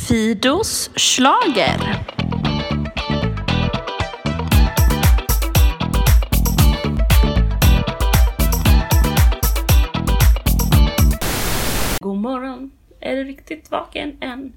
Fidos schlager. God morgon, är du riktigt vaken än?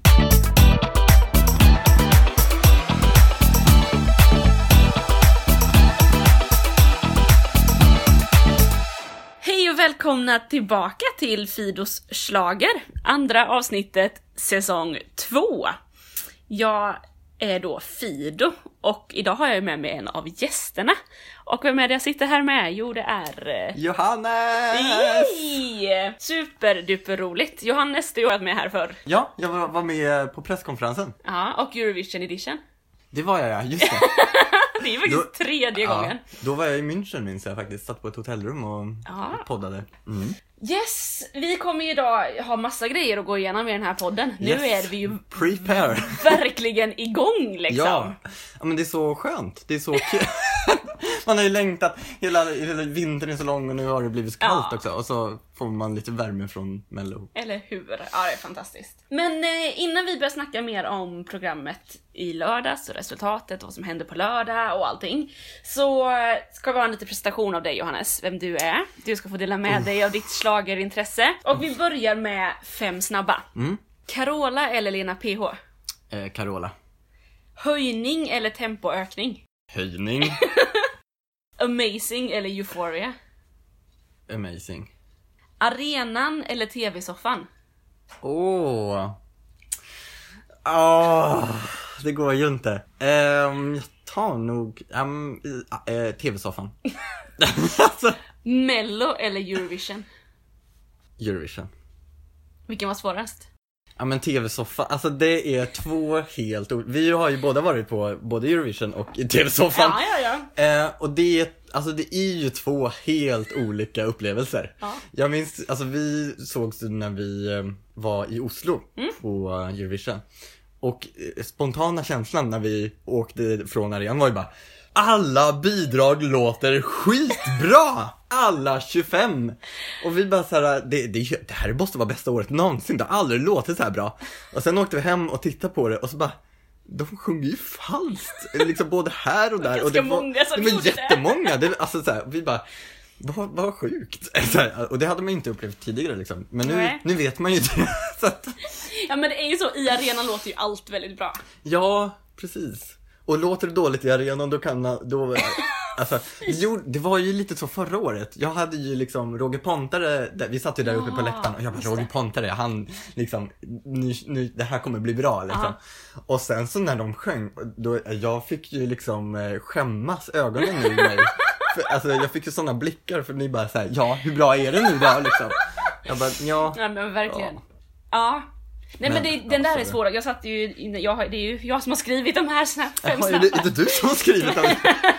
Hej och välkomna tillbaka till Fidos schlager, andra avsnittet, säsong 2. Jag är då Fido och idag har jag med mig en av gästerna. Och vem är det jag sitter här med? Jo, det är... Johannes! Yay! Superduper roligt. Johannes, du har varit med här förr. Ja, jag var med på presskonferensen. Ja, och Eurovision Edition. Det var jag, ja, just det. Det är faktiskt tredje gången. Då var jag i München, minns jag faktiskt. Satt på ett hotellrum och poddade. Mm. Yes, vi kommer ju idag ha massa grejer att gå igenom i den här podden. Nu är vi ju prepare. Verkligen igång liksom. Ja, men det är så skönt. Det är så kul. Man har ju längtat, hela vintern är så lång och nu har det blivit så kallt också. Och så får man lite värme från Mello. Eller hur? Ja, det är fantastiskt. Men innan vi börjar snacka mer om programmet i lördags och resultatet och vad som händer på lördag och allting, så ska vi ha en liten presentation av dig, Johannes, vem du är. Du ska få dela med dig av ditt schlagerintresse. Och vi börjar med 5 snabba. Carola eller Lena PH? Carola. Höjning eller tempoökning? Höjning. Amazing eller Euphoria? Amazing. Arenan eller tv-soffan? Det går ju inte. Jag tar nog tv-soffan. Alltså. Mello eller Eurovision? Eurovision. Vilken var svårast? Ja, men tv-soffan, alltså det är 2 helt vi har ju båda varit på både Eurovision och tv-soffan. Ja. Och det är ju 2 helt olika upplevelser. Ja. Jag minns, alltså vi sågs när vi var i Oslo på Eurovision. Och spontana känslan när vi åkte från arenan var ju bara: alla bidrag låter skitbra! Alla 25! Och vi bara såhär, det här måste vara bästa året någonsin. Det har aldrig låtit så här bra. Och sen åkte vi hem och tittade på det och så bara, de sjunger ju falskt. Liksom både här och där. Och det var jättemånga. Alltså så här, vi bara, vad sjukt. Så här, och det hade man inte upplevt tidigare liksom. Men nu vet man ju det. Så att... Ja, men det är ju så, i arenan låter ju allt väldigt bra. Ja, precis. Och låter det dåligt i arenan alltså, det var ju lite så förra året. Jag hade ju liksom Roger Pontare, vi satt ju där uppe på läktaren och jag bara, Roger Pontare, han liksom, nu det här kommer bli bra liksom. Och sen så när de sjöng, då, jag fick ju liksom skämmas ögonen ur mig. Alltså jag fick ju sådana blickar för ni bara såhär, ja, hur bra är det nu då liksom? Jag bara, ja men verkligen. Ja. Nej, men den där är svår. Jag satt ju, det är ju jag som har skrivit de här 5 snabba. Är det du som har skrivit dem?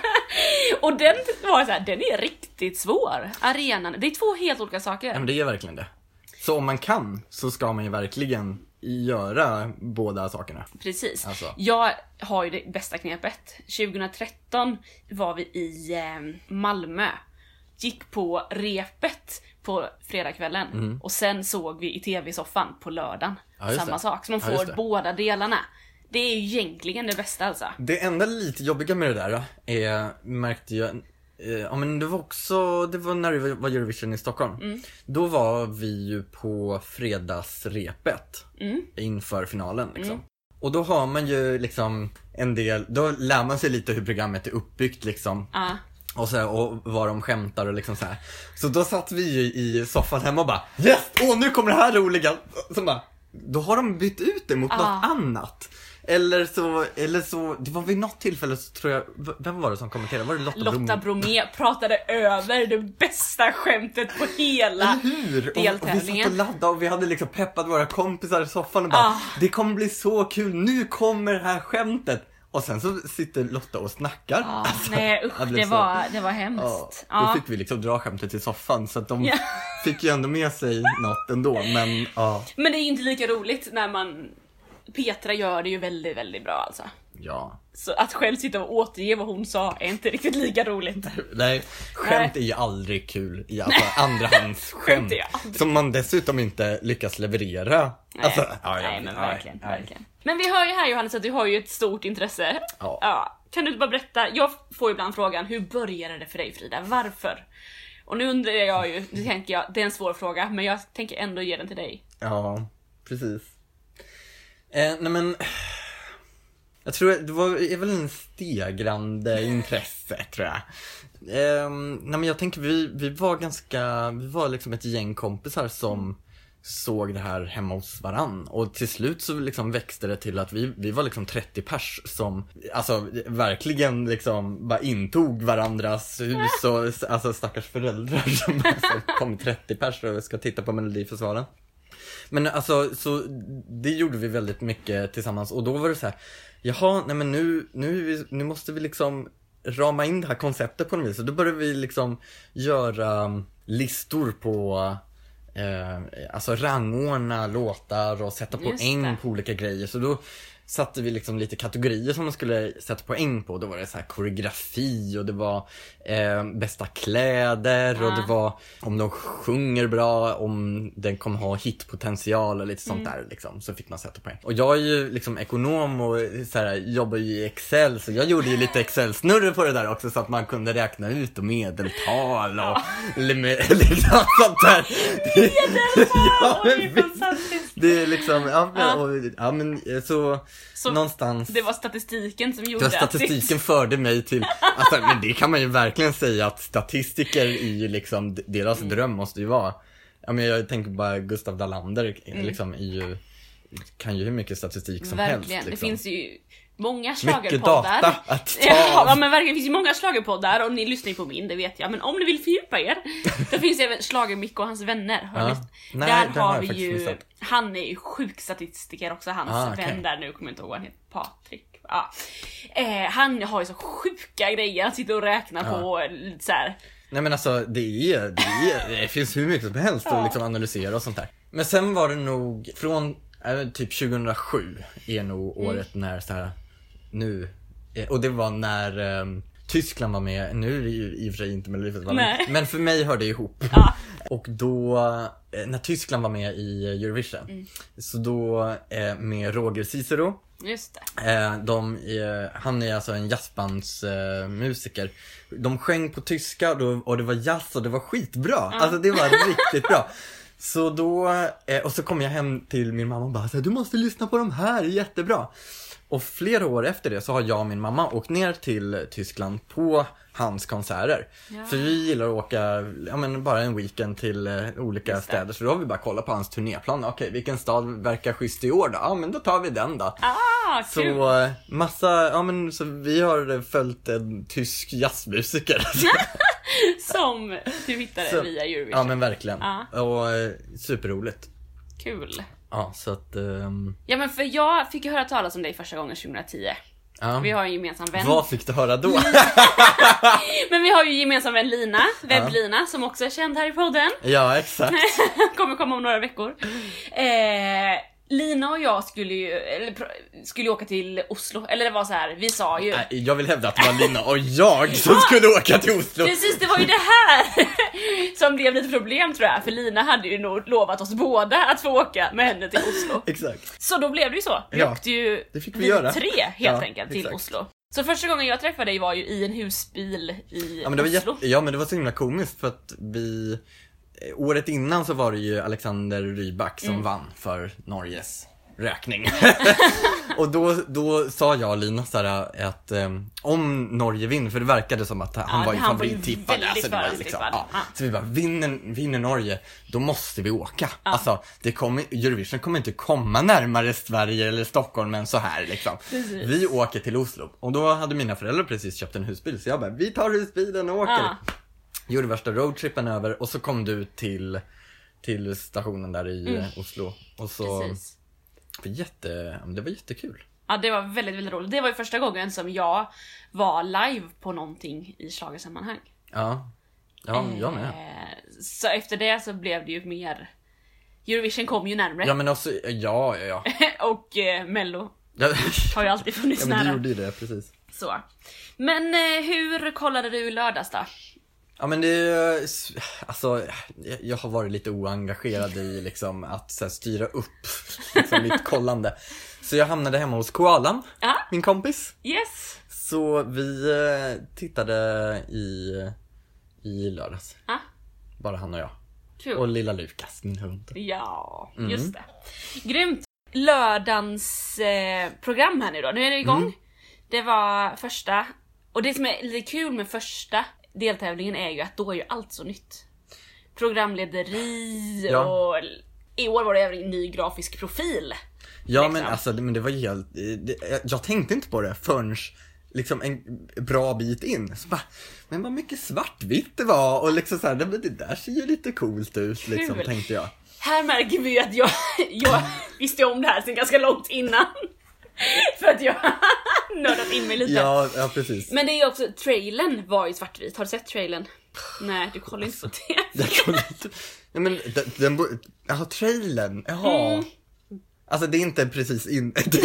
Och den var så här, den är riktigt svår. Arenan, det är 2 helt olika saker. Ja, men det är verkligen det. Så om man kan så ska man ju verkligen göra båda sakerna. Precis. Alltså. Jag har ju det bästa knepet. 2013 var vi i Malmö. Gick på repet på fredagskvällen. Och sen såg vi i tv-soffan på lördagen. Samma sak. Så man får båda delarna. Det är ju egentligen det bästa alltså. Det enda lite jobbiga med det där märkte jag. Men det var när det var Eurovision i Stockholm. Då var vi ju på fredagsrepet inför finalen liksom. Och då har man ju liksom en del, då lär man sig lite hur programmet är uppbyggt liksom. Och vad de skämtar och liksom så här. Så då satt vi ju i soffan hemma och bara, yes! Nu kommer det här roliga! Så bara, då har de bytt ut det mot något annat. Eller så, det var vid något tillfälle så tror jag, vem var det som kommenterade? Var det Lotta Bromé pratade över det bästa skämtet på hela deltävlingen. Och vi satt och laddade och vi hade liksom peppat våra kompisar i soffan och bara, det kommer bli så kul, nu kommer det här skämtet. Och sen så sitter Lotta och snackar. Nej, usch, det var hemskt. Då fick vi liksom dra skämtet i soffan. Så att de fick ju ändå med sig något ändå. Men det är ju inte lika roligt när Petra gör det ju väldigt, väldigt bra alltså. Ja. Så att själv sitta och återge vad hon sa är inte riktigt lika roligt. Nej, skämt är ju aldrig kul. Alltså andrahandsskämt. Som man dessutom inte lyckas leverera. Nej, alltså, nej men verkligen. Men vi hör ju här, Johannes, att du har ju ett stort intresse. Ja. Kan du inte bara berätta? Jag får ibland frågan, hur började det för dig, Frida? Varför? Och nu undrar jag ju, nu tänker jag, det är en svår fråga, men jag tänker ändå ge den till dig. Ja, precis. Nej men, jag tror det är väl en stegrande intresse, tror jag. Nej men jag tänker vi var liksom ett gäng kompisar som såg det här hemma hos varann. Och till slut så liksom växte det till att vi var liksom 30 pers som alltså verkligen liksom bara intog varandras hus och alltså stackars föräldrar som alltså, kom 30 pers och ska titta på Melodifestivalen. Men alltså så det gjorde vi väldigt mycket tillsammans och då var det så här, jaha, nej men nu måste vi liksom rama in det här konceptet på något vis. Och då började vi liksom göra listor på alltså rangordna låtar och sätta poäng på olika grejer. Så då satte vi liksom lite kategorier som man skulle sätta poäng på. Då var det så här koreografi och det var bästa kläder och det var om de sjunger bra, om den kommer ha hitpotential och lite sånt där liksom. Så fick man sätta poäng. Och jag är ju liksom ekonom och så här, jobbar ju i Excel, så jag gjorde ju lite Excel-snurror på det där också så att man kunde räkna ut och medeltal och liksom sånt där. Det är liksom så någonstans. Det var statistiken som gjorde statistiken förde mig till alltså, men det kan man ju verkligen säga att statistiker är ju liksom deras dröm måste ju vara. Jag tänker bara Gustav Dalander liksom kan ju hur mycket statistik som helst liksom. Det finns ju många schlagerpoddar. Mycket data att ta ja, men verkligen, det finns ju många schlagerpoddar och ni lyssnar ju på min, det vet jag. Men om ni vill fördjupa er, då finns det även Schlager Micke och hans vänner. Där har vi ju missat. Han är ju sjuk statistiker också, hans vän där, nu kommer jag inte ihåg vad han heter, Patrik. Ja. Han har ju så sjuka grejer att sitta och räkna på så här. Nej men alltså det finns hur mycket som helst att liksom analysera och sånt där. Men sen var det nog från typ 2007 är nog året när så här nu och det var när Tyskland var med. Nu är det ju i och för sig inte Melodifestivalen, men för mig hör det ihop. Och då när Tyskland var med i Eurovision så då med Roger Cicero. Just det. Han är alltså en jazzbandsmusiker. De sjöng på tyska och det var jazz och det var skitbra. Alltså det var riktigt bra. Så då, och så kom jag hem till min mamma och bara så här, du måste lyssna på de här, det är jättebra. Och flera år efter det så har jag och min mamma åkt ner till Tyskland på hans konserter. För vi gillar att åka bara en weekend till olika städer. Så då har vi bara kollat på hans turnéplan. Okej, vilken stad verkar schysst i år då? Ja, men då tar vi den då. Så kul. Så vi har följt en tysk jazzmusiker. Som du hittade via Eurovision. Ja, men verkligen. Och superroligt. Kul. Ja, så att ja, men för jag fick ju höra talas om dig första gången 2010. Vi har en gemensam vän. Vad fick du höra då? Men vi har ju gemensam vän Lina, Webb-Lina, som också är känd här i podden. Ja, exakt. Kommer komma om några veckor. Lina och jag skulle ju åka till Oslo. Eller det var så här, vi sa ju... Jag vill hävda att det var Lina och jag som skulle åka till Oslo. Precis, det var ju det här som blev lite problem, tror jag. För Lina hade ju nog lovat oss båda att få åka med henne till Oslo. Exakt. Så då blev det ju så. Vi åkte ju det fick vi göra. 3 helt enkelt till Oslo. Så första gången jag träffade dig var ju i en husbil i Oslo. Men det var så himla komiskt för att året innan så var det ju Alexander Rybak som vann för Norges räkning. Och då sa jag och Lina så här att om Norge vinner, för det verkade som att han var ju favorittippad. Alltså, så vi bara, vinner Norge, då måste vi åka. Alltså, Eurovision kommer inte komma närmare Sverige eller Stockholm än så här liksom. Vi åker till Oslo. Och då hade mina föräldrar precis köpt en husbil, så jag bara, vi tar husbilen och åker. Gjorde värsta roadtrippen över och så kom du till stationen där i Oslo. Och så det var jättekul. Ja, det var väldigt, väldigt roligt. Det var ju första gången som jag var live på någonting i schlagersammanhang. Ja, jag med. Så efter det så blev det ju mer... Eurovision kom ju närmare. Ja, men också, ja. Och Mello. Har ju alltid funnits Ja, men du nära. gjorde ju det, precis. Så. Men hur kollade du i lördags då? Ja, men det, alltså, jag har varit lite oengagerad i liksom att så här, styra upp liksom, mitt kollande. Så jag hamnade hemma hos Koalan, Ja. min kompis. Yes. Så vi tittade i lördags. Ja. Bara han och jag. Kul. Och lilla Lukas, min hund. Ja, just det. Grymt. Lördagens program här nu då. Nu är det igång. Det var första. Och det som är lite kul med första deltävlingen är ju att då är ju allt så nytt. Programlederi Ja. och i år var det även en ny grafisk profil. Ja, liksom. men alltså, men det var helt... jag tänkte inte på det förrän liksom en bra bit in. Så bara, men vad mycket svartvitt det var. Och liksom så här, det där ser ju lite coolt ut, liksom, Kul. tänkte jag. Här märker vi att jag visste om det här sen ganska långt innan. För att jag nördat in mig lite. Ja, precis. Men det är ju också, trailern var ju svartvit. Har du sett trailern? Nej, du kollar inte på det. Jag kollar inte... Ja, men jaha, trailern. Jaha. Alltså det är inte precis in... det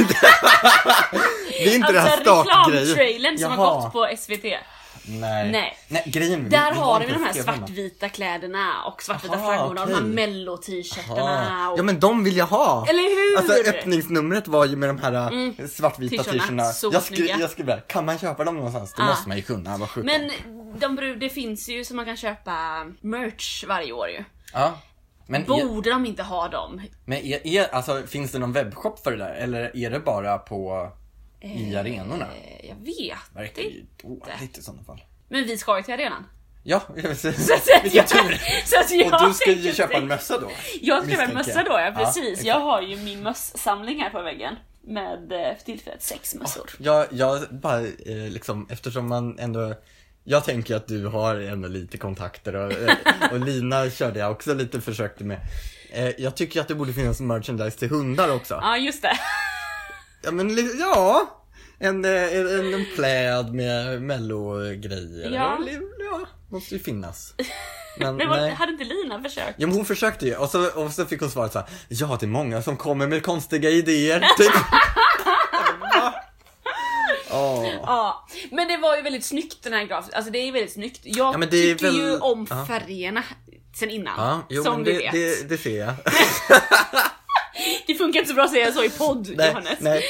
är inte det här startgrejen. reklamtrailern som har gått på SVT. Nej, grejen. Där har vi inte de här TV hemma. svartvita kläderna och svartvita Aha, flaggorna och de här okej. mello-t-shirtarna. Och... Ja, men de vill jag ha. Eller hur? Alltså öppningsnumret var ju med de här svartvita T-shirtarna. t-shirtarna. Så Jag snygga. skrev där, kan man köpa dem någonstans? Det måste man ju kunna, vad sjukt. Men det finns ju så man kan köpa merch varje år ju. Ja. Men, Borde de inte ha dem? men alltså, finns det någon webbshop för det där? Eller är det bara på i arenorna? Jag vet Verkar ju inte. dåligt i sådana fall. Men vi ska ju till arenan. Ja, Så vilken tur. Så att jag Och du ska ju tänker köpa en inte- mössa då. Jag ska köpa en misstänker mössa då, ja precis. exakt. Jag har ju min mösssamling här på väggen. Med för tillfället 6 mössor. Jag bara liksom, eftersom man ändå... Jag tänker att du har ändå lite kontakter och Lina körde jag också lite försökte med. Jag tycker att det borde finnas merchandise till hundar också. Ja, just det. Ja, men ja, en pläd med mello-grejer. Ja. Ja, måste ju finnas. Men Men nej. hade inte Lina försökt? Ja, men hon försökte ju, och så fick hon svaret så här: ja, det är många som kommer med konstiga idéer, typ. Ja, men det var ju väldigt snyggt den här grafen. Alltså det är väldigt snyggt. Jag Ja, men det är tycker väl- ju om ja. färgerna sen innan. Ja, jo, som men vi vet. det ser jag. Det funkar inte så bra att säga så i podd, Johannes. Nej.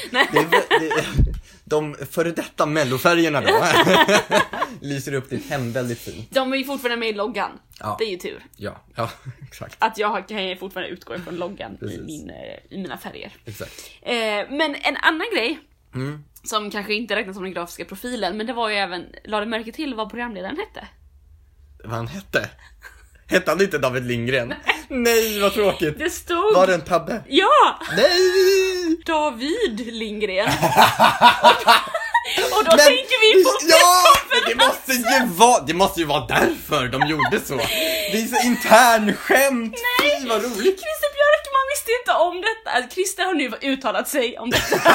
De före detta mellofärgerna då lyser upp ditt hem väldigt fint. De är ju fortfarande med i loggan. Ja. Det är ju tur. Ja, exakt. Att jag kan ju fortfarande utgå ifrån loggan Precis. i mina färger. Exakt. Men en annan grej Mm. som kanske inte räknas som den grafiska profilen, men det var ju även, lade du märke till vad programledaren hette? Vad han hette? Hette han inte David Lindgren? Nej, vad tråkigt. Det stod... Var det en tabbe? Ja! Nej! David Lindgren. Och då tänker vi på... Ja, men det måste ju vara därför de gjorde så. Det är så intern skämt. Nej. Fy, vad roligt. Christer Björkman visste inte om detta. Christer har nu uttalat sig om detta.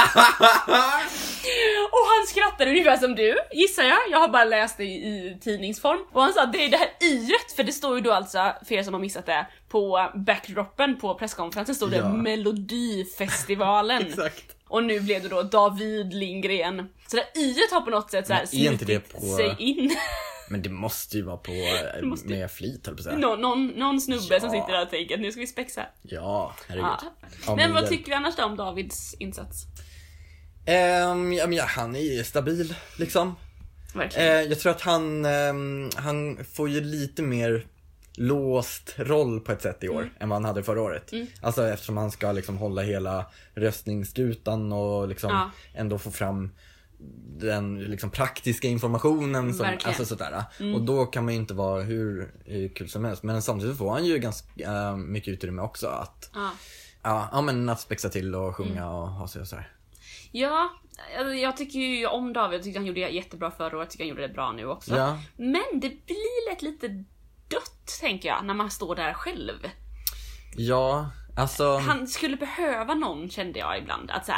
Och han skrattade ungefär som du, gissar jag. Jag har bara läst det i tidningsform. Och han sa att det är det här yret, för det står ju då alltså, för er som har missat det, på backdropen på presskonferensen stod det Ja. Melodifestivalen. Exakt. Och nu blev det då David Lindgren. Så det yret har på något sätt så här Men är inte det snutit på- sig in. Men det måste ju vara på måste ju- med flit, höll på att säga. Någon snubbe Ja. som sitter där och tänker att nu ska vi spexa. Ja, herregud. Ja. Ja, Men vad det- tycker vi annars då om Davids insats? Ja, men han är ju stabil, liksom. Verkligen. Jag tror att han får ju lite mer låst roll på ett sätt i år än vad han hade förra året. Alltså eftersom han ska liksom hålla hela röstningsskutan och liksom Ja. ändå få fram den liksom praktiska informationen som, Verkligen. alltså sådär. Och då kan man ju inte vara hur kul som helst. Men samtidigt får han ju ganska mycket utrymme också att Ja. men att spexa till och sjunga och ha sig och sådär. Ja, jag tycker ju om David. Jag tycker han gjorde det jättebra förra året. Jag tycker han gjorde det bra nu också. Ja. Men det blir lite dött, tänker jag, när man står där själv. Ja, alltså Han skulle behöva någon, kände jag ibland. Att så här,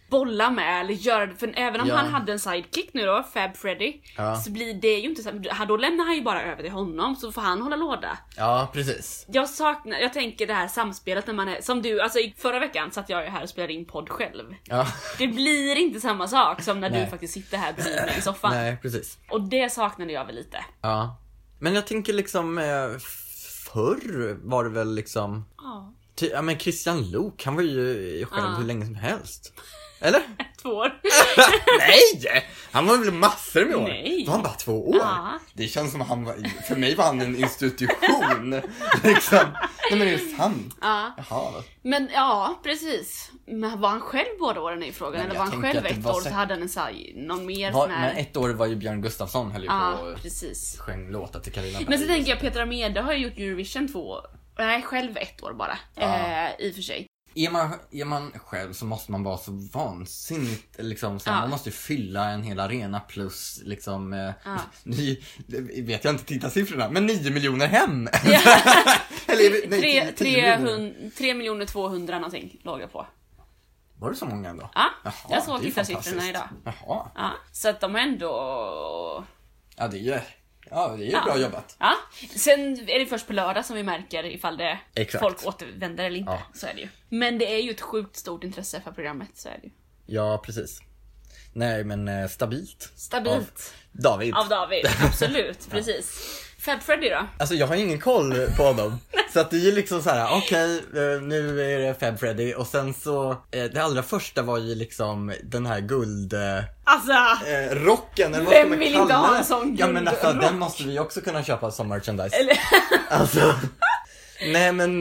bolla med eller göra det, för även om han hade en sidekick nu då, Fab Freddy, så blir det ju inte så, då lämnar han ju bara över till honom, så får han hålla låda. Ja, precis. Jag tänker det här samspelet när man är, som du, alltså förra veckan satt jag ju här och spelade in podd själv. Ja. Det blir inte samma sak som när du faktiskt sitter här bredvid mig i soffan. Nej, precis. Och det saknade jag väl lite. Ja. Men jag tänker liksom förr var det väl liksom ja, men Christian Luuk, han var ju själv hur länge som helst. Eller? 2 år. Nej! Han var väl massor med år. Nej. Var han bara 2 år? Det känns som att han var, för mig var han en institution. Liksom. Nej, men det är sant. Jaha. Men ja, precis. Men var han själv båda åren i frågan? Eller var han själv 1 år så hade han någon mer sån här... Men 1 år var ju Björn Gustafsson höll ju på precis. Sjöng låtar till Carina. Men så tänker jag, Petra Mede har ju gjort Eurovision 2 år. Nej, själv 1 år bara. I och för sig. Är man själv så måste man vara så vansinnigt liksom, så man måste ju fylla en hel arena plus liksom vet jag inte tittarsiffrorna, men 9 miljoner hem. Eller nej, 3 200 någonting låg jag på. Var det så många ändå? Ja, jag såg tittarsiffrorna idag. Jaha. Ja, så att de ändå... Ja, det är ju bra jobbat. Ja. Sen är det först på lördag som vi märker ifall det folk återvänder eller inte. Så är det ju. Men det är ju ett sjukt stort intresse för programmet, så är det ju. Ja, precis. Nej, men stabilt. Av David, absolut, precis. Fab Freddy då? Alltså jag har ingen koll på honom. Så att det är liksom så här: okej, nu är det Fab Freddy. Och sen så, det allra första var ju liksom den här guld... rocken, eller vad ska man vill kalla inte ha det? en sån Ja, men alltså, rock? den måste vi också kunna köpa som merchandise. Eller... Alltså, nej men,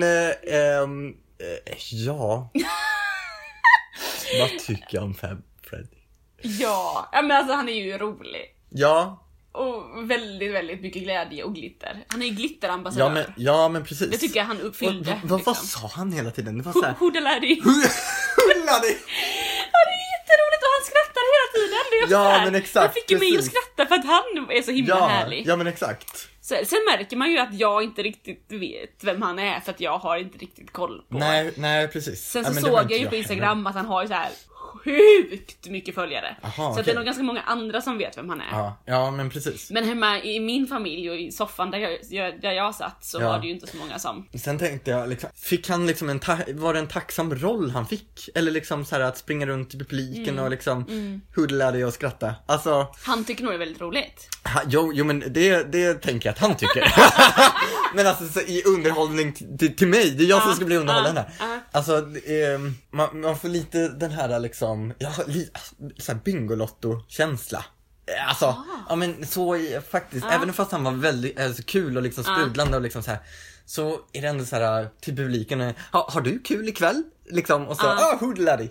ja. Vad tycker jag om Fab Freddy? Ja, men alltså han är ju rolig. Ja. Och väldigt, väldigt mycket glädje och glitter. Han är ju glitterambassadör. Ja, men precis. Det tycker jag han uppfyllde. Vad sa han hela tiden? Det var så här... Hoodaladi. Hoodaladi. Ja, det är jätteroligt och han skrattar hela tiden. Det är ja, men exakt. Jag fick ju mig att skratta för att han är så himla härlig. Ja, men exakt. Så, sen märker man ju att jag inte riktigt vet vem han är, för att jag har inte riktigt koll på. Nej, precis. Sen så såg jag ju på Instagram att han har ju så här sjukt mycket följare. Aha, så att det är nog ganska många andra som vet vem han är. Ja, men precis. Men hemma i min familj och i soffan där jag satt så var det ju inte så många som... Sen tänkte jag liksom, fick han liksom var det en tacksam roll han fick? Eller liksom så här att springa runt i publiken och liksom hudlade och skratta. Alltså, han tycker nog det är väldigt roligt. Jo, men det tänker jag att han tycker. Men alltså så, i underhållning till mig, det är jag som ska bli underhållen där. Alltså, man får lite den här liksom, så här Bingolotto-känsla. Alltså, ja men så faktiskt, även fast han var väldigt kul och liksom sprudlande och liksom så här, så är det ändå så här till publiken, har du kul ikväll? Liksom, och så, hoodladdy.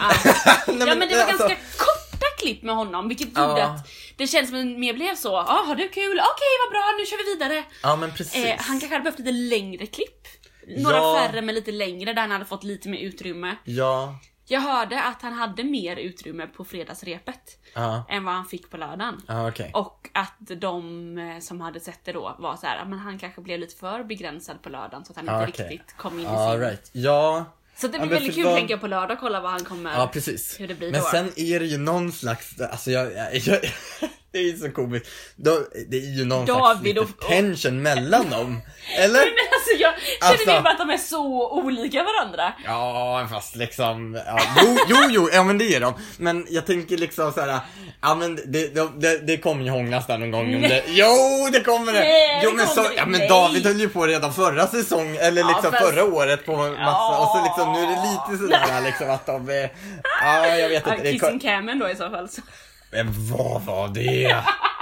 Men det var ganska korta klipp med honom, vilket gjorde att det känns som att mer blev så, har du kul? Okej, vad bra, nu kör vi vidare. Ja, men precis. Han kanske hade behövt lite längre klipp. Några färre men lite längre, där han hade fått lite mer utrymme. Ja. Jag hörde att han hade mer utrymme på fredagsrepet än vad han fick på lördagen. Okay. Och att de som hade sett det då var så här, men han kanske blev lite för begränsad på lördagen så att han inte riktigt kom in i sin. Right. Ja. Så det blir väldigt kul att tänka på lördag, kolla vad han kommer. Ja, precis. Hur det blir men då. Sen är det ju någon slags, alltså jag det är ju så komiskt. Det är ju någon David slags tension mellan dem. Eller? Men alltså jag känner bara att de är så olika varandra. Ja, fast liksom jo, ja men det är de. Men jag tänker liksom så här, ja men det kommer ju hånglas där någon gång. Jo, det kommer det. Nej, jo, men så, ja men David höll ju på redan förra säsong eller liksom förra året på massa och så liksom nu är det lite sådär liksom att de jag vet inte. Kissing Camen då i så fall så. Men vad var det?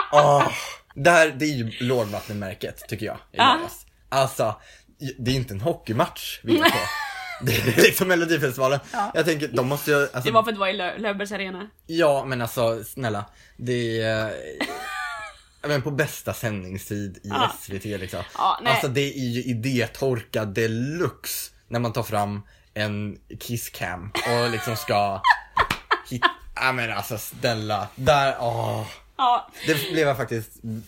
Det är ju lågvattenmärket tycker jag. Alltså, det är inte en hockeymatch vi är på. Det är liksom Melodifestivalen. Jag tänker, de måste ju... Alltså, det var för att det var i Löfbergs arena. Ja, men alltså, snälla. Det är... men på bästa sändningstid i SVT liksom. Alltså, det är ju idétorka deluxe när man tar fram en kisscam och liksom ska hitta... Ja, men alltså, snälla. Där, det blev jag faktiskt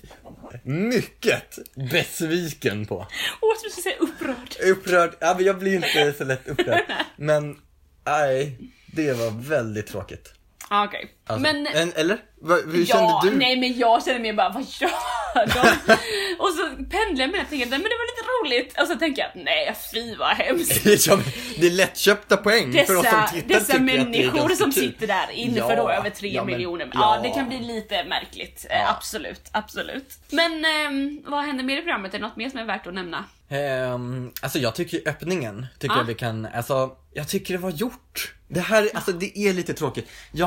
mycket besviken på. Jag skulle säga upprörd. Ja, men jag blir inte så lätt upprörd. Men, nej. Det var väldigt tråkigt. Okej. Alltså, Men eller? Hur kände du? Nej, men jag känner mig bara, vad gör de? Och så pendlar jag med och tänker, men det var lite roligt. Och så tänker jag, nej, fy vad hemskt. Det är lättköpta poäng för oss som tittar. Dessa människor som sitter där inför då över 3 miljoner. Ja, det kan bli lite märkligt. Absolut. Men vad händer mer i programmet? Är det något mer som är värt att nämna? Alltså jag tycker öppningen jag vi kan, alltså jag tycker det var gjort. Det här, alltså det är lite tråkigt. Jag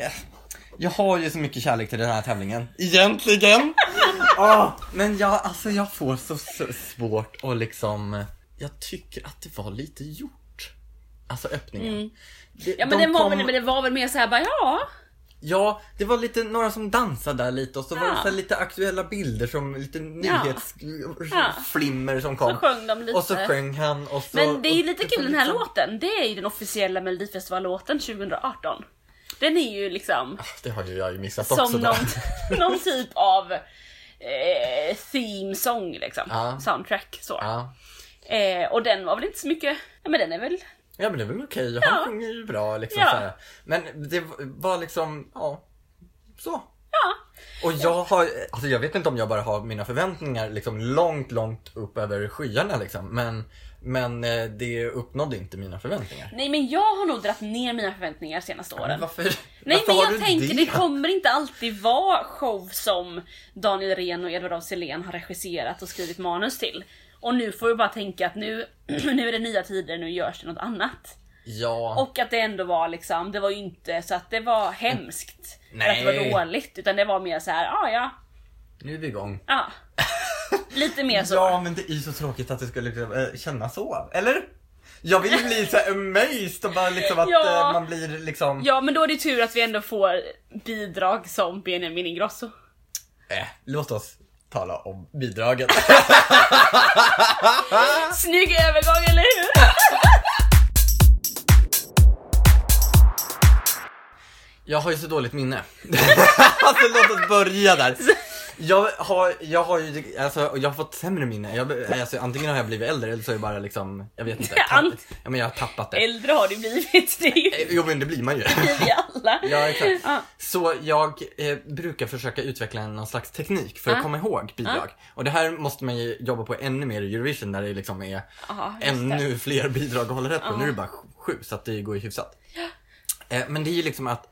har ju så mycket kärlek till den här tävlingen. Egentligen. Men jag får så svårt och liksom, jag tycker att det var lite gjort. Alltså öppningen. Men det var väl mer så här bara, Ja, det var lite några som dansade där lite och så var det så lite aktuella bilder som lite nyhetsflimmer som kom. Så sjöng de lite. Och så sjöng han och så. Men det är ju lite kul den här låten. Det är ju den officiella Melodifestivallåten 2018. Den är ju liksom det har ju jag ju missat som också någon typ av theme song liksom. Soundtrack så. Och den var väl inte så mycket. Men den är väl. Ja, men det är väl okej. Han sjunger ju bra liksom så här. Men det var liksom så. Och jag vet inte om jag bara har mina förväntningar liksom långt upp över skyarna liksom, men det uppnådde inte mina förväntningar. Nej, men jag har nog dratt ner mina förväntningar senaste åren. Men varför? Nej, varför men jag tänker det kommer inte alltid vara show som Daniel Rehn och Edvard af Sillén har regisserat och skrivit manus till. Och nu får vi bara tänka att nu är det nya tider, nu görs det något annat. Ja. Och att det ändå var liksom, det var ju inte så att det var hemskt. Nej. Att det var dåligt, utan det var mer så här, nu är vi igång. Lite mer så. Ja, men det är så tråkigt att det skulle kännas så. Eller? Jag vill bli så amazed och bara liksom att man blir liksom. Ja, men då är det tur att vi ändå får bidrag som Benjamin Ingrosso. Låt oss tala om bidraget. Snygg övergång, eller hur? Jag har ju så dåligt minne. Alltså låt oss börja där. Jag har fått sämre minne. Antingen har jag blivit äldre eller så är det bara liksom, jag vet inte. Men jag har tappat det. Äldre har du blivit. Det är ju. Jo, men det blir man ju. Det blir vi alla. Ja, exakt. Så jag brukar försöka utveckla någon slags teknik för att komma ihåg bidrag. Och det här måste man ju jobba på ännu mer i Eurovision, där det liksom är ännu fler bidrag att hålla rätt på. Nu är det bara 7 så att det går ju hyfsat. Men det är ju liksom att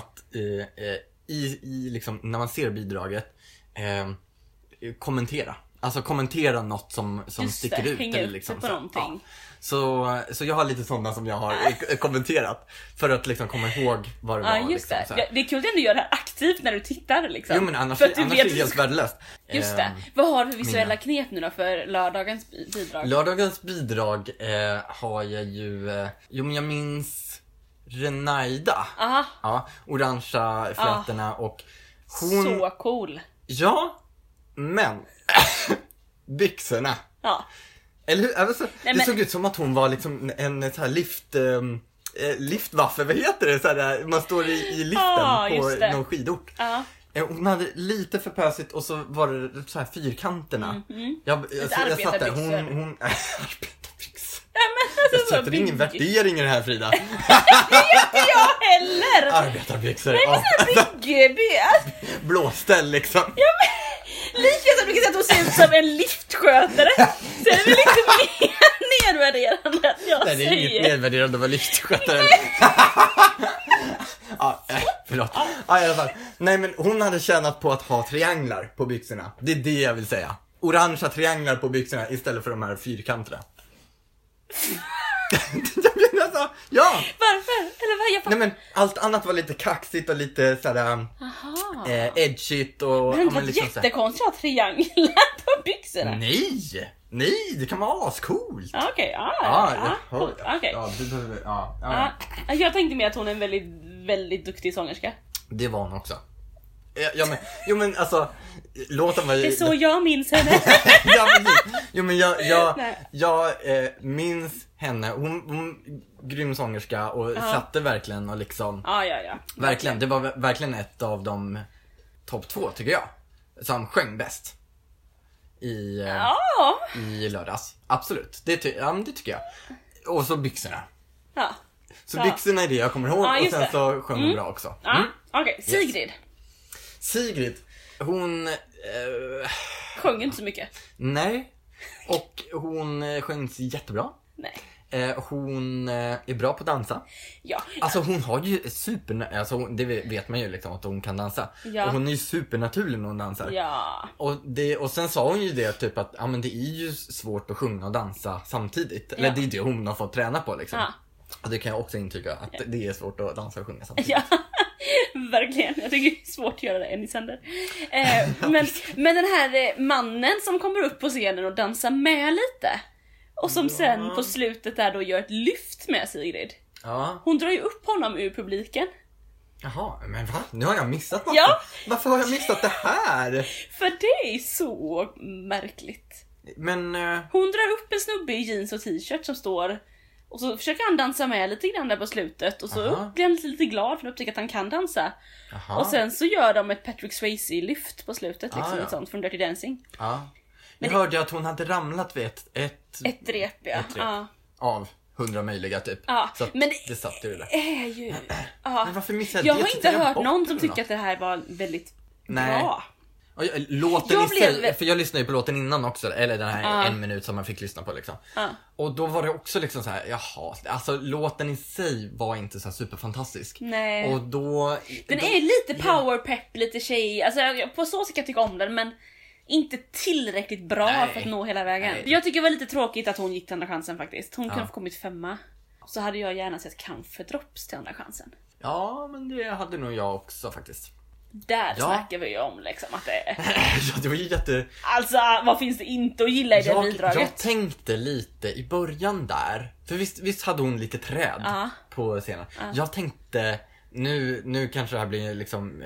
liksom, när man ser bidraget kommentera något som sticker ut eller liksom, på någonting. Så jag har lite sådana som jag har kommenterat för att liksom komma ihåg vad det var. Just liksom, det. Det är kul att du gör det här aktivt när du tittar liksom. Jo, men annars är det helt värdelöst. Just det. Vad har du för visuella knep nu då för lördagens bidrag? Lördagens bidrag har jag ju men jag minns Renaida. Ja, orangea flätorna och hon. Så cool. Ja, men byxorna. Eller hur? Alltså, det såg ut som att hon var liksom en så här liftwaffe, vad heter det? Så här, man står i liften på någon skidort. Hon hade lite för pösigt och så var det så här fyrkanterna. Jag satt där, hon arbetarbyxor. Jag sätter ingen värdering i det här, Frida. Det är inte jag heller. Arbetarbyxor. Nej, men så här blåställ liksom. Ja, men lika som du kan säga att hon ser ut som en liftskötare. Så är det väl liksom mer nedvärderande att jag säger. Nej, det är inget nedvärderande att vara liftskötare. Förlåt. I alla fall. Nej, men hon hade tjänat på att ha trianglar på byxorna. Det är det jag vill säga. Orangea trianglar på byxorna istället för de här fyrkanterna. Alltså, ja. Varför? Eller vad? Nej, men allt annat var lite kaxigt och lite sådär edgigt och men det var liksom jättekonstigt att ha trianglar på byxorna. Nej, det kan vara ascoolt. Okej, okej. Jag tänkte mer att hon är en väldigt, väldigt duktig sångerska. Det var hon också. Jo men alltså låten var ju. Det är så jag minns henne. Jo men jag minns henne. Hon grym sångerska och satte verkligen och liksom. Ja. Verkligen, det var verkligen ett av de topp 2 tycker jag. Som sjöng bäst i lördags. Absolut. Det tycker jag. Och så byxorna. Så byxorna är det jag kommer ihåg, och sen det. så sjöng hon bra också. Ja, okej. Sigrid. Yes. Sigrid, hon... Sjöng inte så mycket. Nej, och hon sjöng inte jättebra. Nej. Hon är bra på att dansa. Ja. Alltså hon har ju alltså det vet man ju liksom att hon kan dansa. Ja. Och hon är ju supernaturlig när hon dansar. Ja. Och sen sa hon ju det typ att men det är ju svårt att sjunga och dansa samtidigt. Eller det är det hon har fått träna på liksom. Ja. Och det kan jag också intyga att det är svårt att dansa och sjunga samtidigt. Ja. Verkligen, jag tycker det är svårt att göra det än i sänder. Men den här mannen som kommer upp på scenen och dansar med lite. Och som sen på slutet där då gör ett lyft med Sigrid. Ja. Hon drar ju upp honom ur publiken. Jaha, men va? Nu har jag missat något. Ja. Varför har jag missat det här? För det är så märkligt. Men... Hon drar upp en snubbe i jeans och t-shirt som står... Och så försöker han dansa med lite grann där på slutet. Och så blir han lite glad för att upptäcka att han kan dansa. Aha. Och sen så gör de ett Patrick Swayze-lyft på slutet. Liksom, ett sånt från Dirty Dancing. Ja. Jag hörde att hon hade ramlat vid ett rep, ja. Ett rep. Av 100 möjliga typ. Ja, så men det satt ju där. Är ju... Men varför missade jag har inte hört någon som tycker att det här var väldigt bra. Och låten i sig, för jag lyssnade ju på låten innan också, eller den här en minut som man fick lyssna på liksom. Och då var det också liksom så här, jaha, alltså låten i sig var inte så här superfantastisk. Nej. Och då... Den är lite powerpepp, lite tjej, alltså på så sätt kan jag tycka om den, men inte tillräckligt bra för att nå hela vägen. Nej. Jag tycker det var lite tråkigt att hon gick till andra chansen faktiskt. Hon kunde ha kommit 5. Så hade jag gärna sett Comfort Drops till andra chansen. Ja, men det hade nog jag också faktiskt. Där snackar vi ju om liksom att det är... Ja, det var ju jätte... Alltså, vad finns det inte att gilla i det bidraget? Jag tänkte lite i början där. För visst hade hon lite träd på scenen. Jag tänkte, nu kanske det här blir liksom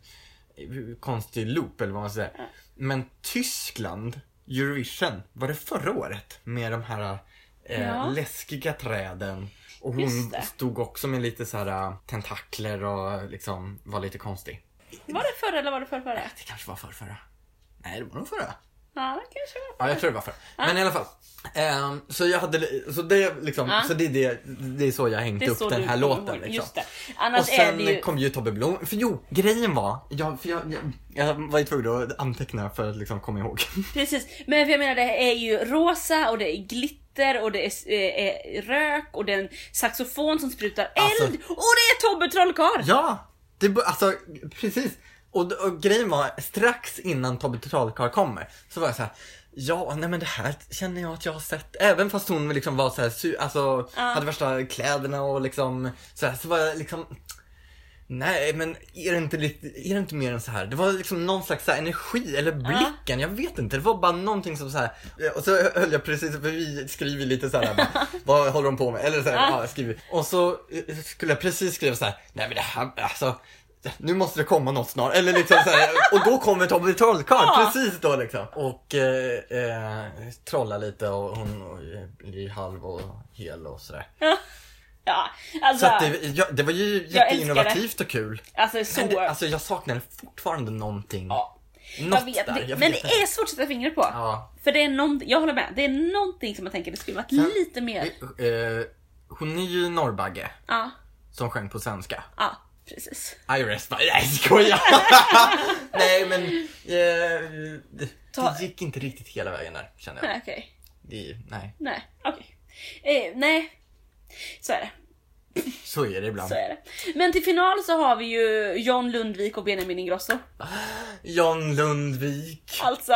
konstig loop eller vad man säger. Men Tyskland, Eurovision, var det förra året? Med de här läskiga träden. Och hon stod också med lite så här tentakler och liksom var lite konstig. Var det förra eller var det förra? Det kanske var förra. Nej, det var nog förra. Ja, det kanske var. Ja, jag tror det var förra. Men i alla fall. Så jag hade så det liksom så det är så jag hängt upp den här låten liksom. Just det. Annars och sen är det ju... kom ju Tobbe Blom. För grejen var jag var ju tvungen att anteckna för att liksom komma ihåg. Precis. Men för jag menar, det är ju rosa och det är glitter och det är rök och det är en saxofon som sprutar eld och det är Tobbe Trollkarl. Ja, alltså precis. Och grejen var, strax innan Tobbe Trollkarl kommer så var jag så här: ja, nej men det här känner jag att jag har sett. Även fast hon liksom var så här, alltså hade värsta kläderna och liksom så var jag liksom, nej men är det inte mer än så här. Det var liksom någon slags så här energi eller blicken, jag vet inte. Det var bara någonting som så här. Och så höll jag precis, för vi skriver lite så här bara, vad håller de på med? Eller så här, skriver. Och så skulle jag precis skriva så här: nej men det här, alltså nu måste det komma något snart. Eller liksom så här, och då kommer Tobbe Trollkarl precis då liksom. Och trollar lite och hon blir halv och hel och sådär. Ja, alltså, så att det var ju jätteinnovativt och kul. Alltså, men jag saknar fortfarande någonting. Ja. Jag vet, men det är svårt att sätta fingret på. Ja. För det är någonting, jag håller med. Det är någonting som jag tänker det skulle varit lite mer. Hon är ju Norrbagge. Ja. Som sjöng på svenska. Ja, precis. Iris, nej skojar. Nej men det gick inte riktigt hela vägen där, känner jag. Nej, okej. Nej, okej. Nej, så är det. Så är det ibland. Så är det. Men till final så har vi ju John Lundvik och Benjamin Ingrosso. John Lundvik. Alltså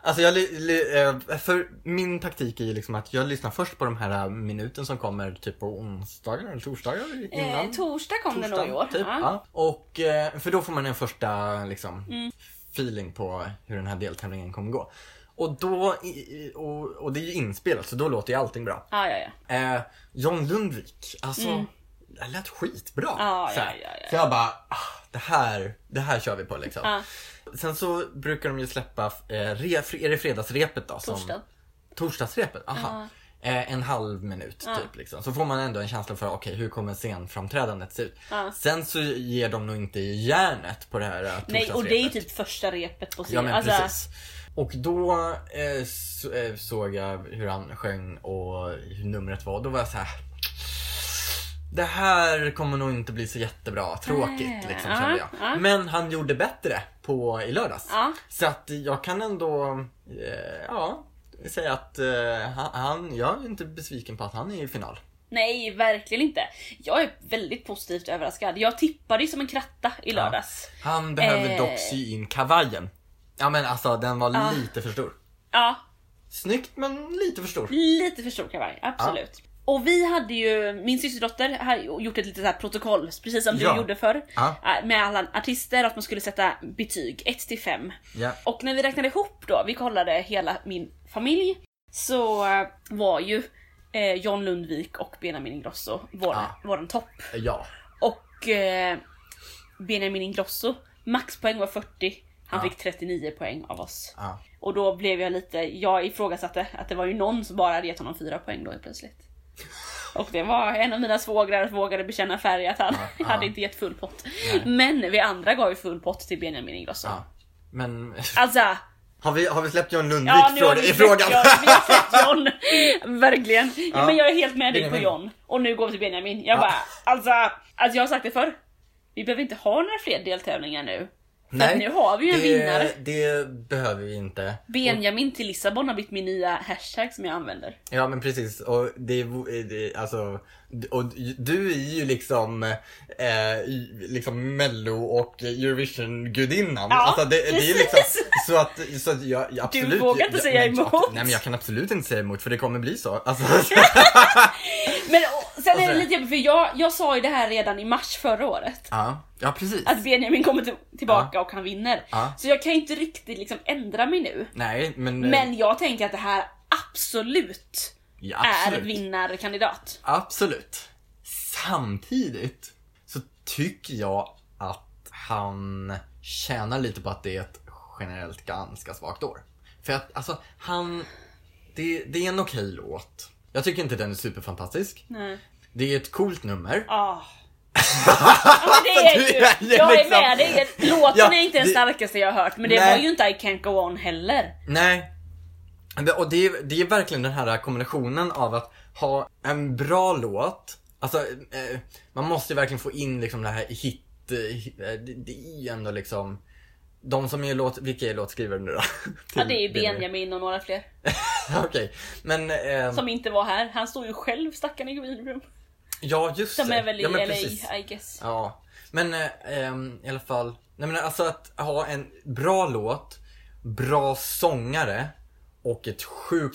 för min taktik är ju liksom att jag lyssnar först på de här minuten som kommer typ på onsdagar eller torsdagar innan. Torsdag kom det nog i år. Typ, ja. Och för då får man en första liksom feeling på hur den här deltävlingen kommer gå. Och då och det är ju inspelat så då låter ju allting bra. Ja. John Lundvik, alltså det lät skitbra. Ja. Så jag bara det här kör vi på liksom. Ja. Sen så brukar de ju släppa är det fredagsrepet då som torsdagsrepet. Aha. En halv minut typ liksom. Så får man ändå en känsla för okej, hur kommer scenframträdandet se ut. Sen så ger de nog inte järnet på det här torsdagsrepet. Nej, och det är ju typ första repet på scen. Ja, men precis. Och då såg jag hur han sjöng och hur numret var. Då var jag så här: det här kommer nog inte bli så jättebra. Tråkigt liksom, kände jag. Men han gjorde bättre i lördags. Så att jag kan ändå säga att jag är inte besviken på att han är i final. Nej, verkligen inte. Jag är väldigt positivt överraskad. Jag tippade ju som en kratta i lördags. Han behöver dock sy in kavajen. Ja, men alltså den var lite för stor. Ja. Snyggt, men lite för stor. Lite för stor kavaj, absolut. Och vi hade ju, min systerdotter har gjort ett litet så här protokoll, precis som du gjorde förr. Med alla artister, att man skulle sätta betyg 1-5. Och när vi räknade ihop då, vi kollade hela min familj, så var ju John Lundvik och Benjamin Ingrosso våran topp. Och Benjamin Ingrosso, maxpoäng var 40. Han fick 39 poäng av oss. Och då blev jag ifrågasatte att det var ju någon som bara hade gett honom 4 poäng då plötsligt. Och det var en av mina svågrar som vågade bekänna färg att han hade inte gett full pott. Men vi andra gav ju full pott till Benjamin Ingrosso. Men alltså, har vi släppt John Lundvik i frågan? Vi har släppt John. Verkligen. Men jag är helt med dig på John. Och nu går vi till Benjamin. Jag bara, alltså jag har sagt det förr. Vi behöver inte ha några fler deltävlingar nu. Nej, nu har vi ju en vinnare. Det behöver vi inte. Benjamin till Lissabon har blivit min nya hashtag som jag använder. Ja, men precis. Och alltså, och du är ju liksom Mello och Eurovision-gudinnan. Alltså det är liksom så att jag absolut. Du vågar inte säga emot. Nej, men jag kan absolut inte säga emot, för det kommer bli så. Alltså. Men sen är det lite jobbigt, för jag sa ju det här redan i mars förra året. Ja, precis. Att Benjamin kommer tillbaka och han vinner. Så jag kan inte riktigt liksom ändra mig nu. Nej, men jag tänker att det här absolut är vinnarkandidat. Absolut. Samtidigt så tycker jag att han tjänar lite på att det är ett generellt ganska svagt år. För att alltså det är en okej låt. Jag tycker inte den är superfantastisk. Nej. Det är ett coolt nummer. Men jag är med dig. Låten är inte den starkaste jag har hört. Men det var ju inte I Can't Go On heller. Nej. Och det är verkligen den här kombinationen av att ha en bra låt. Alltså man måste ju verkligen få in liksom det här hit. Det är ju ändå liksom de som är vilka är låtskrivare nu då? Ja, det är Benjamin och några fler. Okej. Men som inte var här. Han stod ju själv stackarn i Green Room. Ja, just det. De är väl i LA, precis. I guess. Ja, men i alla fall. Nej, men alltså att ha en bra låt, bra sångare och ett sjukt